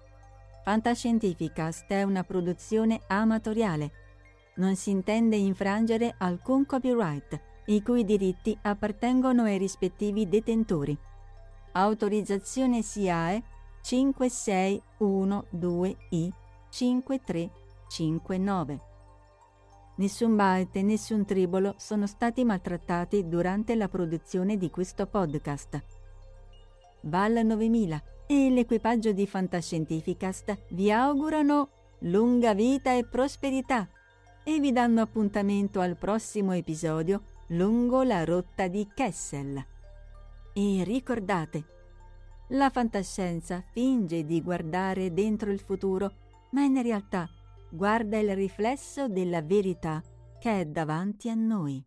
Fantascientificast è una produzione amatoriale. Non si intende infrangere alcun copyright, i cui diritti appartengono ai rispettivi detentori. Autorizzazione S I A E cinque sei uno due I cinque tre cinque nove. Nessun byte e nessun tribolo sono stati maltrattati durante la produzione di questo podcast. Val novemila e l'equipaggio di Fantascientificast vi augurano lunga vita e prosperità e vi danno appuntamento al prossimo episodio lungo la rotta di Kessel. E ricordate, la fantascienza finge di guardare dentro il futuro, ma in realtà guarda il riflesso della verità che è davanti a noi.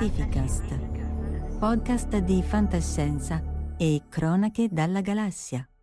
Fantascientificast, podcast di fantascienza e cronache dalla galassia.